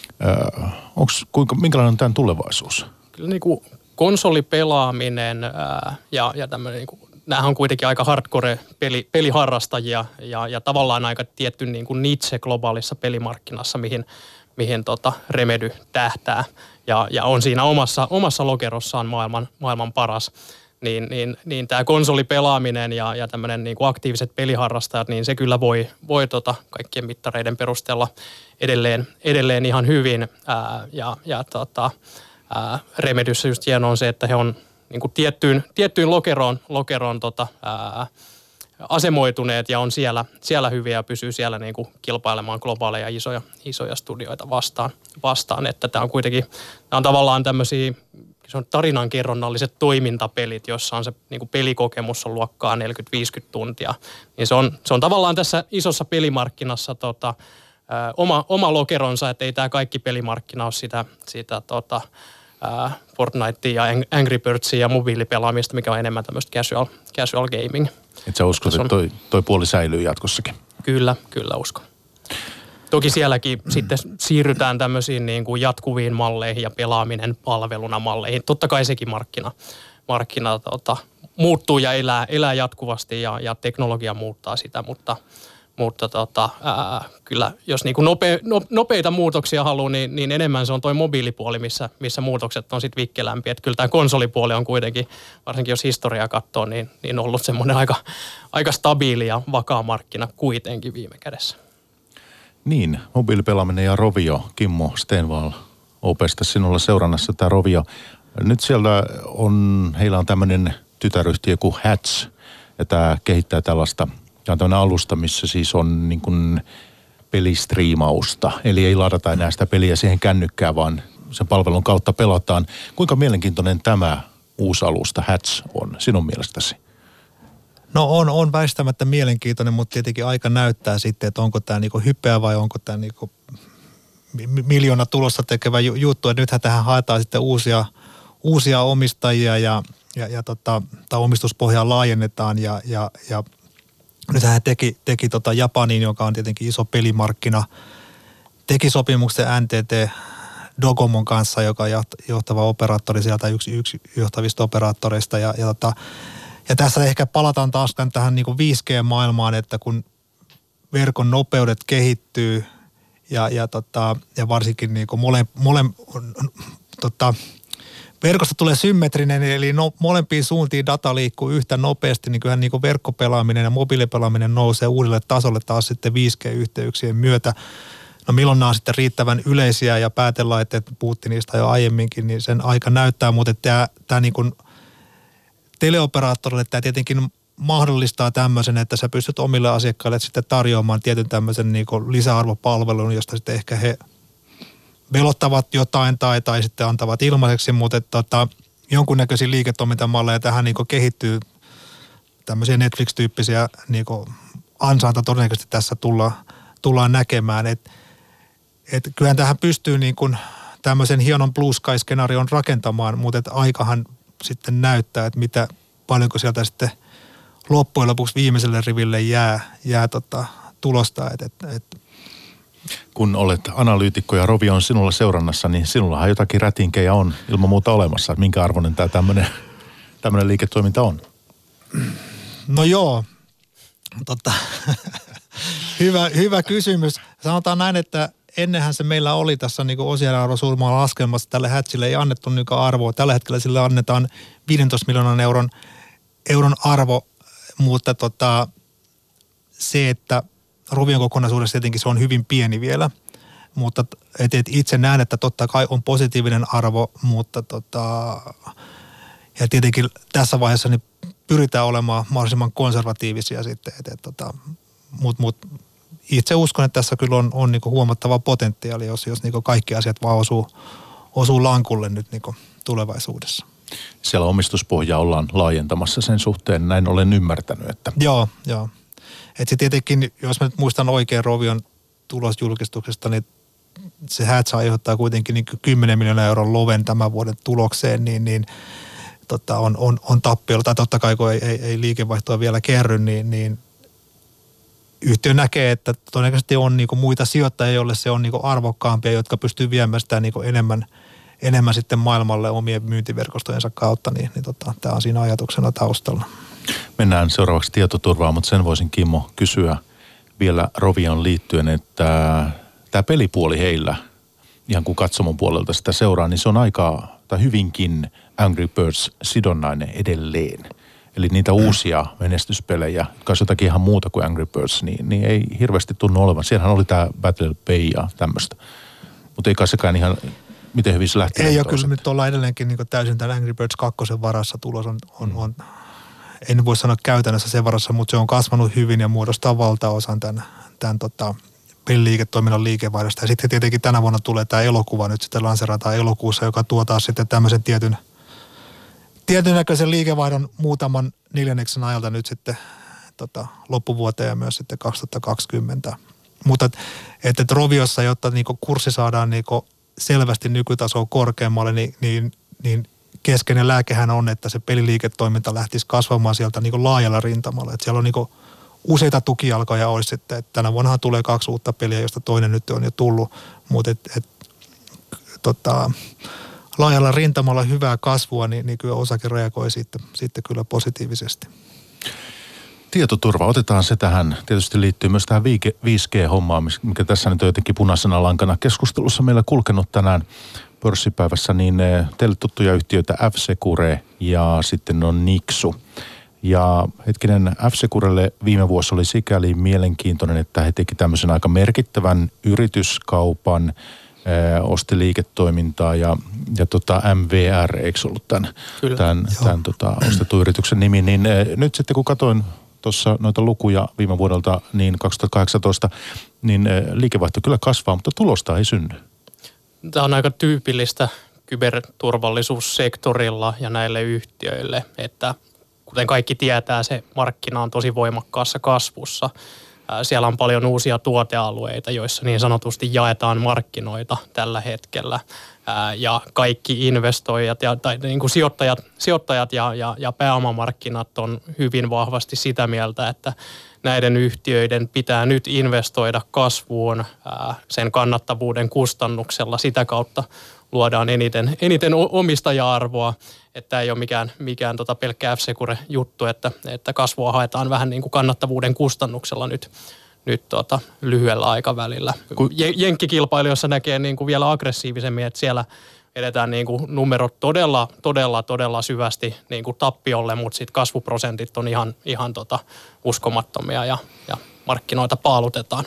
äh, onks, kuinka, minkälainen on tämän tulevaisuus? Kyllä niin kuin konsolipelaaminen äh, ja, ja tämmöinen niin kuin nämähän on kuitenkin aika hardcore peli, peliharrastajia ja, ja tavallaan aika tietty niin kuin niche globaalissa pelimarkkinassa, mihin mihin tota Remedy tähtää ja, ja on siinä omassa, omassa lokerossaan maailman, maailman paras. niin, niin, niin tämä konsolipelaaminen ja, ja tämmöinen niin kuin aktiiviset peliharrastajat, niin se kyllä voi, voi tota kaikkien mittareiden perusteella edelleen, edelleen ihan hyvin. Ää, ja ja tota, ää, Remedyssä just hienoa on se, että he on niin kuin tiettyyn, tiettyyn lokeroon, lokeroon tota, ää, asemoituneet ja on siellä, siellä hyviä ja pysyy siellä niin kuin kilpailemaan globaaleja isoja, isoja studioita vastaan, vastaan. Että tämä on kuitenkin, tämä on tavallaan tämmöisiä, se on tarinankerronnalliset toimintapelit, jossa on se niin kuin pelikokemus on luokkaa neljäkymmentä viisikymmentä tuntia. Niin se on, se on tavallaan tässä isossa pelimarkkinassa tota, ä, oma, oma lokeronsa, että ei tämä kaikki pelimarkkina ole sitä, sitä tota, ä, Fortnitea ja Angry Birdsia ja mobiilipelaamista, mikä on enemmän tämmöistä casual, casual gaming. Et sä uskot, että toi, toi puoli säilyy jatkossakin? Kyllä, kyllä uskon. Toki sielläkin mm. sitten siirrytään tämmöisiin niin kuin jatkuviin malleihin ja pelaaminen palveluna malleihin. Totta kai sekin markkina, markkina tota, muuttuu ja elää, elää jatkuvasti ja, ja teknologia muuttaa sitä, mutta, mutta tota, ää, kyllä jos niin kuin nope, no, nopeita muutoksia haluaa, niin, niin enemmän se on toi mobiilipuoli, missä, missä muutokset on sitten vikkelämpiä. Että kyllä tämä konsolipuoli on kuitenkin, varsinkin jos historiaa katsoo, niin, niin ollut semmoinen aika, aika stabiili ja vakaa markkina kuitenkin viime kädessä. Niin, mobiilipelaaminen ja Rovio, Kimmo Stenvall Opesta sinulla seurannassa tämä Rovio. Nyt siellä on, heillä on tämmöinen tytäryhtiö kuin Hatch, ja tämä kehittää tällaista, tämä on tämmöinen alusta, missä siis on niin kuin pelistriimausta. Eli ei ladata enää sitä peliä siihen kännykkään, vaan sen palvelun kautta pelataan. Kuinka mielenkiintoinen tämä uusi alusta Hatch on sinun mielestäsi? No on, on väistämättä mielenkiintoinen, mutta tietenkin aika näyttää sitten, että onko tämä niinku hypeä vai onko tämä niinku miljoona tulossa tekevä juttu. Että nythän tähän haetaan sitten uusia, uusia omistajia ja, ja, ja tota, tämä omistuspohjaa laajennetaan ja, ja, ja nythän hän teki, teki tota Japaniin, joka on tietenkin iso pelimarkkina, teki sopimuksen N T T Dogomon kanssa, joka on johtava operaattori sieltä, yksi, yksi johtavista operaattoreista ja, ja tota, Ja tässä ehkä palataan taas tähän niin kuin viisi G-maailmaan, että kun verkon nopeudet kehittyy ja, ja, tota, ja varsinkin niin kuin mole, mole, tota, verkosta tulee symmetrinen, eli no, molempiin suuntiin data liikkuu yhtä nopeasti, niin kyllähän niin kuin verkkopelaaminen ja mobiilipelaaminen nousee uudelle tasolle taas sitten viisi G-yhteyksien myötä. No milloin nämä on sitten riittävän yleisiä ja päätellään, että puhuttiin niistä jo aiemminkin, niin sen aika näyttää, mutta tämä, tämä niin kuin teleoperaattorille tämä tietenkin mahdollistaa tämmöisen, että sä pystyt omille asiakkaille sitten tarjoamaan tietyn tämmöisen niin kuin lisäarvopalvelun, josta sitten ehkä he velottavat jotain tai, tai sitten antavat ilmaiseksi, mutta että, tota, jonkunnäköisiä liiketoimintamalleja tähän niin kuin kehittyy tämmöisiä Netflix-tyyppisiä niin kuin ansainta todennäköisesti tässä tulla, tullaan näkemään. Että et kyllähän tähän pystyy niin kuin tämmöisen hienon blue sky-skenaarion rakentamaan, mutta että aikahan sitten näyttää, että mitä, paljonko sieltä sitten loppujen lopuksi viimeiselle riville jää, jää tota, tulosta. Et, et, et. Kun olet analyytikko ja Rovio on sinulla seurannassa, niin sinullahan jotakin rätinkejä on ilman muuta olemassa. Minkä arvoinen tämä tämmöinen, tämmöinen liiketoiminta on? No joo, tota, hyvä, hyvä kysymys. Sanotaan näin, että ennenhän se meillä oli tässä niin osiaarvosuunnitelman laskelmassa, tälle Hatchille ei annettu niin arvoa. Tällä hetkellä sille annetaan viisitoista miljoonan euron, euron arvo, mutta tota, se, että Rovion kokonaisuudessa tietenkin se on hyvin pieni vielä. Mutta et, et itse näen, että totta kai on positiivinen arvo, mutta tota, ja tietenkin tässä vaiheessa niin pyritään olemaan mahdollisimman konservatiivisia sitten. Et, et, tota, mut, mut, itse uskon, että tässä kyllä on, on niinku huomattava potentiaali, jos, jos niinku kaikki asiat vaan osuu, osuu lankulle nyt niinku tulevaisuudessa. Siellä omistuspohjaa ollaan laajentamassa sen suhteen, näin olen ymmärtänyt. Että... Joo, joo. Että se tietenkin, jos mä nyt muistan oikein Rovion tulosjulkistuksesta, niin se Hatch aiheuttaa kuitenkin niin kymmenen miljoonaa euron loven tämän vuoden tulokseen, niin, niin tota, on, on, on tappiolla. Tai totta kai, kun ei, ei, ei liikevaihtoa vielä kerry, niin, niin yhtiö näkee, että todennäköisesti on niinku muita sijoittajia, joille se on niinku arvokkaampia, jotka pystyy viemään sitä niinku enemmän, enemmän sitten maailmalle omien myyntiverkostojensa kautta, niin, niin tota, tämä on siinä ajatuksena taustalla. Mennään seuraavaksi tietoturvaan, mutta sen voisin Kimmo kysyä vielä Rovion liittyen, että tämä pelipuoli heillä, ihan kun katsomon puolelta sitä seuraa, niin se on aika tai hyvinkin Angry Birds-sidonnainen edelleen. Eli niitä uusia menestyspelejä, jotka olisi jotakin ihan muuta kuin Angry Birds, niin, niin ei hirveästi tunnu olevan. Siellähän oli tämä Battle Bay ja tämmöistä. Mutta ei kai sekään ihan, miten hyvin se lähti. Ei ole kyllä nyt ollaan edelleenkin niin täysin tämän Angry Birds kakkosen varassa. Tulos on, on, mm. on, en voi sanoa käytännössä sen varassa, mutta se on kasvanut hyvin ja muodostaa valtaosan tämän, tämän tota, peliliiketoiminnan liikevaihdosta. Ja sitten tietenkin tänä vuonna tulee tämä elokuva, nyt sitten lanserataan elokuussa, joka tuo taas sitten tämmöisen tietyn tietyn näköisen liikevaihdon muutaman neljänneksen ajalta nyt sitten tota, loppuvuoteen ja myös sitten kaksituhattakaksikymmentä. Mutta että et, et Roviossa, jotta niinku kurssi saadaan niinku selvästi nykytasoa korkeammalle, niin, niin, niin keskeinen lääkehän on, että se peliliiketoiminta lähtisi kasvamaan sieltä niinku laajalla rintamalla. Et siellä on niinku useita tukijalkoja olisi sitten, että tänä vuonnahan tulee kaksi uutta peliä, josta toinen nyt on jo tullut, mutta et, et, tota... laajalla rintamalla hyvää kasvua, niin, niin kyllä osake reagoi sitten, sitten kyllä positiivisesti. Tietoturva, otetaan se tähän. Tietysti liittyy myös tähän viisi G-hommaan, mikä tässä nyt on jotenkin punaisena lankana keskustelussa meillä kulkenut tänään pörssipäivässä, niin teille tuttuja yhtiöitä F-Secure ja sitten on Nixu. Ja hetkinen, F-Securelle viime vuosi oli sikäli mielenkiintoinen, että he teki tämmöisen aika merkittävän yrityskaupan, osti liiketoimintaa ja, ja tota M V R, eikö ollut tämän, tämän, tämän tota, ostetun yrityksen nimi, niin nyt sitten kun katsoin tuossa noita lukuja viime vuodelta, niin kaksituhattakahdeksantoista, niin liikevaihto kyllä kasvaa, mutta tulosta ei synny. Tämä on aika tyypillistä kyberturvallisuussektorilla ja näille yhtiöille, että kuten kaikki tietää, se markkina on tosi voimakkaassa kasvussa. Siellä on paljon uusia tuotealueita, joissa niin sanotusti jaetaan markkinoita tällä hetkellä. Ja kaikki investoijat ja, tai niin kuin sijoittajat, sijoittajat ja, ja, ja pääomamarkkinat on hyvin vahvasti sitä mieltä, että näiden yhtiöiden pitää nyt investoida kasvuun sen kannattavuuden kustannuksella. Sitä kautta luodaan eniten, eniten omistaja-arvoa, että ei ole mikään, mikään tota pelkkä F-Secure-juttu, että, että kasvua haetaan vähän niin kuin kannattavuuden kustannuksella nyt, nyt tota lyhyellä aikavälillä. Jenkkikilpailijoissa näkee niin kuin vielä aggressiivisemmin, että siellä edetään niin kuin numerot todella, todella, todella syvästi niin kuin tappiolle, mutta sitten kasvuprosentit on ihan, ihan tota uskomattomia ja, ja markkinoita paalutetaan.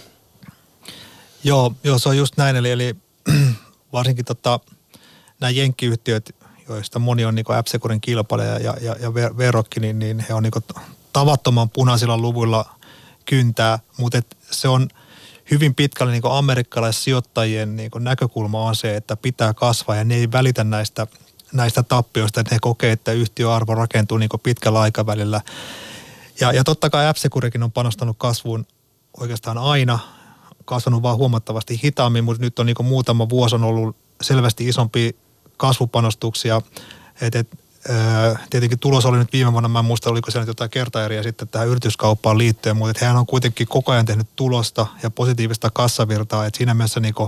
Joo, joo, se on just näin, eli, eli varsinkin tota, nämä jenkkiyhtiöt, joista moni on niin kuin F-Securen kilpailija ja, ja, ja verrokki, niin, niin he on niin kuin tavattoman punaisilla luvuilla kyntää, mutta et se on hyvin pitkälle niin kuin amerikkalaissijoittajien niin kuin näkökulma on se, että pitää kasvaa ja ne ei välitä näistä, näistä tappioista, että ne kokee, että yhtiöarvo rakentuu niin kuin pitkällä aikavälillä. Ja, ja totta kai F-Securekin on panostanut kasvuun oikeastaan aina, kasvanut vaan huomattavasti hitaammin, mutta nyt on niin kuin muutama vuosi on ollut selvästi isompi kasvupanostuksia. Et, et, ää, tietenkin tulos oli nyt viime vuonna, mä en muista, oliko siellä nyt jotain kertaeriä sitten tähän yrityskauppaan liittyen, mutta hän on kuitenkin koko ajan tehnyt tulosta ja positiivista kassavirtaa, että siinä mielessä niin kuin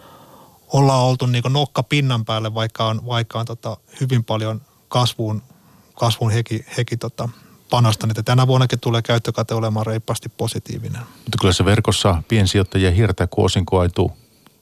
ollaan oltu niin kuin nokka pinnan päälle, vaikka on, vaikka on tota hyvin paljon kasvuun, kasvuun heki, heki tota panostanut. Ja tänä vuonnakin tulee käyttökate olemaan reippaasti positiivinen. Mutta kyllä se verkossa piensijoittajia hirtää, kun osinko ei tule.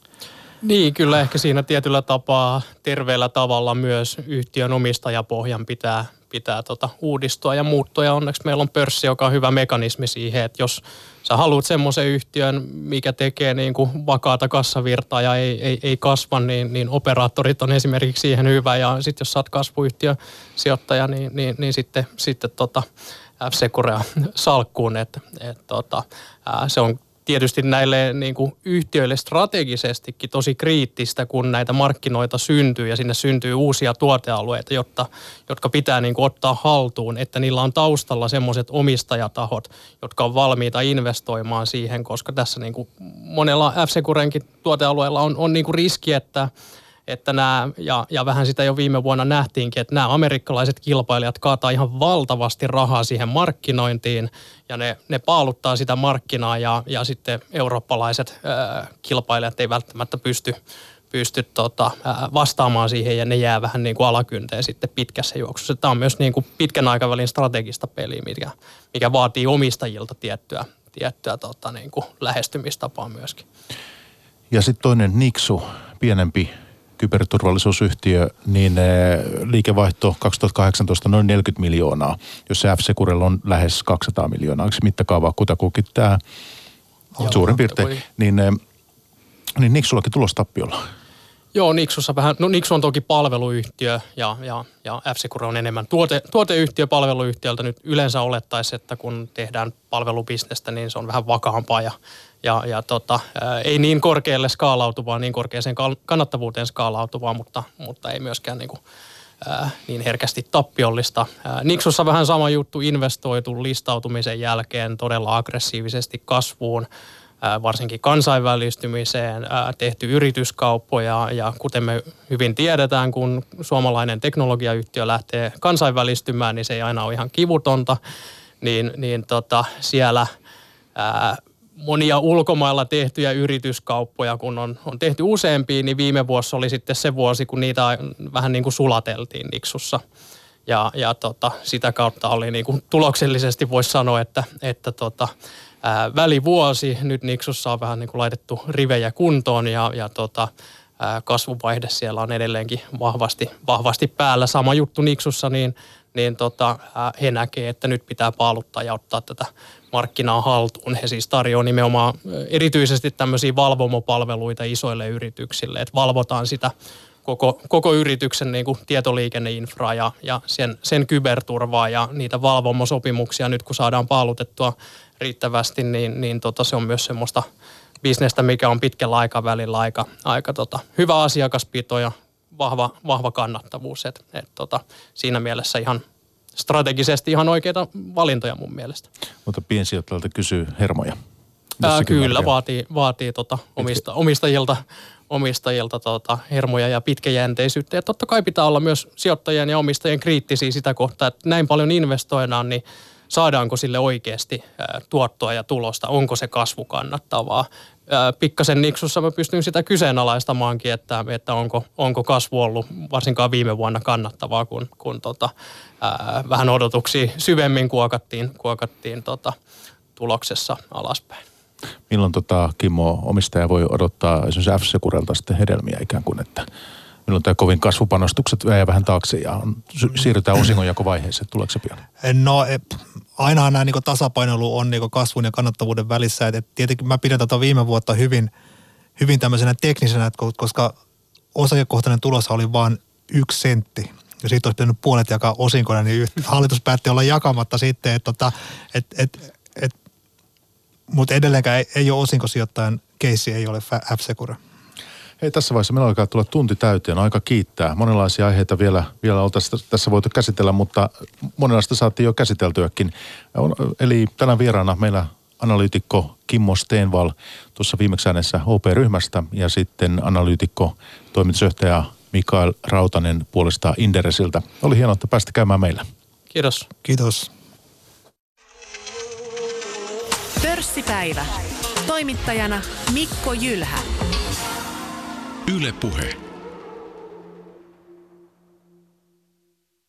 Niin, kyllä ehkä siinä tietyllä tapaa terveellä tavalla myös yhtiön omistajapohjan pitää, pitää tota uudistua ja muuttua. Ja onneksi meillä on pörssi, joka on hyvä mekanismi siihen, että jos sä haluat semmoisen yhtiön, mikä tekee niin kuin vakaata kassavirtaa ja ei, ei, ei kasva, niin, niin operaattorit on esimerkiksi siihen hyvä. Ja sitten jos sä oot kasvuyhtiön sijoittaja, niin, niin, niin sitten, sitten tota F-Securea salkkuun, että et, tota, se on tietysti näille niin kuin yhtiöille strategisestikin tosi kriittistä, kun näitä markkinoita syntyy ja sinne syntyy uusia tuotealueita, jotta, jotka pitää niin kuin ottaa haltuun, että niillä on taustalla semmoiset omistajatahot, jotka on valmiita investoimaan siihen, koska tässä niin kuin monella F-Securenkin tuotealueella on, on niin kuin riski, että että nämä, ja, ja vähän sitä jo viime vuonna nähtiinkin, että nämä amerikkalaiset kilpailijat kaataa ihan valtavasti rahaa siihen markkinointiin, ja ne, ne paaluttaa sitä markkinaa, ja, ja sitten eurooppalaiset ää, kilpailijat ei välttämättä pysty, pysty tota, ää, vastaamaan siihen, ja ne jää vähän niin kuin alakynteen sitten pitkässä juoksussa. Tämä on myös niin kuin pitkän aikavälin strategista peliä, mikä, mikä vaatii omistajilta tiettyä, tiettyä tota, niin kuin lähestymistapaa myöskin. Ja sitten toinen Nixu, pienempi kyberturvallisuusyhtiö, niin liikevaihto kaksituhattakahdeksantoista noin neljäkymmentä miljoonaa, jos se F-Securella on lähes kaksisataa miljoonaa. Onko se mittakaavaa kutakuinkin tämä suurin piirtein? Niin, niin Nixullakin tulostappiolla. Joo, Nixussa vähän, no Nixu on toki palveluyhtiö ja, ja, ja F-Secure on enemmän tuote, tuoteyhtiö palveluyhtiöltä. Nyt yleensä olettaisiin, että kun tehdään palvelubisnestä, niin se on vähän vakaampaa ja, ja, ja tota, ää, ei niin korkealle skaalautuvaa, niin korkeaseen kannattavuuteen skaalautuvaa, mutta, mutta ei myöskään niin, kuin, ää, niin herkästi tappiollista. Ää, Nixussa vähän sama juttu, investoitu listautumisen jälkeen todella aggressiivisesti kasvuun. Varsinkin kansainvälistymiseen, tehty yrityskauppoja ja kuten me hyvin tiedetään, kun suomalainen teknologiayhtiö lähtee kansainvälistymään, niin se ei aina ole ihan kivutonta, niin, niin tota, siellä ää, monia ulkomailla tehtyjä yrityskauppoja, kun on, on tehty useampia, niin viime vuosi oli sitten se vuosi, kun niitä vähän niin kuin sulateltiin Nixussa. Ja, ja tota, sitä kautta oli niin kuin tuloksellisesti voisi sanoa, että, että tota, ää, välivuosi nyt Nixussa on vähän niin kuin laitettu rivejä kuntoon ja, ja tota, ää, kasvuvaihde siellä on edelleenkin vahvasti, vahvasti päällä. Sama juttu Nixussa, niin, niin tota, ää, he näkee, että nyt pitää paaluttaa ja ottaa tätä markkinaa haltuun. He siis tarjoaa nimenomaan erityisesti tämmöisiä valvomopalveluita isoille yrityksille, että valvotaan sitä Koko, koko yrityksen niin kuin tietoliikenneinfraa ja, ja sen, sen kyberturvaa ja niitä valvomosopimuksia nyt kun saadaan paalutettua riittävästi, niin, niin tota, se on myös semmoista bisnestä, mikä on pitkällä aikavälillä aika, aika tota, hyvä asiakaspito ja vahva, vahva kannattavuus. Et, et, tota, siinä mielessä ihan strategisesti ihan oikeita valintoja mun mielestä. Mutta piensijoittajalta kysyy hermoja. Ää, kyllä, vaatii, vaatii tota, omista, omistajilta omistajilta tota, hermoja ja pitkäjänteisyyttä. Ja totta kai pitää olla myös sijoittajien ja omistajien kriittisiä sitä kohtaa, että näin paljon investoidaan, niin saadaanko sille oikeasti ää, tuottoa ja tulosta, onko se kasvu kannattavaa. Ää, pikkasen Nixussa mä pystyn sitä kyseenalaistamaankin, että, että onko, onko kasvu ollut varsinkaan viime vuonna kannattavaa, kun, kun tota, ää, vähän odotuksia syvemmin kuokattiin, kuokattiin tota, tuloksessa alaspäin. Milloin tota, Kimmo, omistaja voi odottaa esimerkiksi F-Securelta sitten hedelmiä ikään kuin, että milloin tämä kovin kasvupanostukset jää vähän taakse ja on, siirrytään osingonjakovaiheeseen, tuleeko se pian? No ainahan nämä niin tasapainoilu on niin kasvun ja kannattavuuden välissä, että tietenkin mä pidän tätä viime vuotta hyvin, hyvin tämmöisenä teknisenä, koska osakekohtainen tulos oli vain yksi sentti. Ja siitä olisi pitänyt puolet jakaa osinkona, niin hallitus päätti olla jakamatta sitten, että tota, et, et, et, mutta edelleenkään ei, ei ole osinkosijoittajan keissi, ei ole F-Secure. Hei, tässä vaiheessa meillä alkaa tulla tunti täyteen, on aika kiittää. Monenlaisia aiheita vielä, vielä oltaisiin tässä voitu käsitellä, mutta monenlaista saatiin jo käsiteltyäkin. Eli tänään vieraana meillä analyytikko Kimmo Stenvall tuossa viimeksi äänessä O P-ryhmästä ja sitten analyytikko toimitusjohtaja Mikael Rautanen puolestaan Inderesiltä. Oli hienoa, että pääsitte käymään meillä. Kiitos. Kiitos. Pörssipäivä. Toimittajana Mikko Jylhä. Yle Puhe.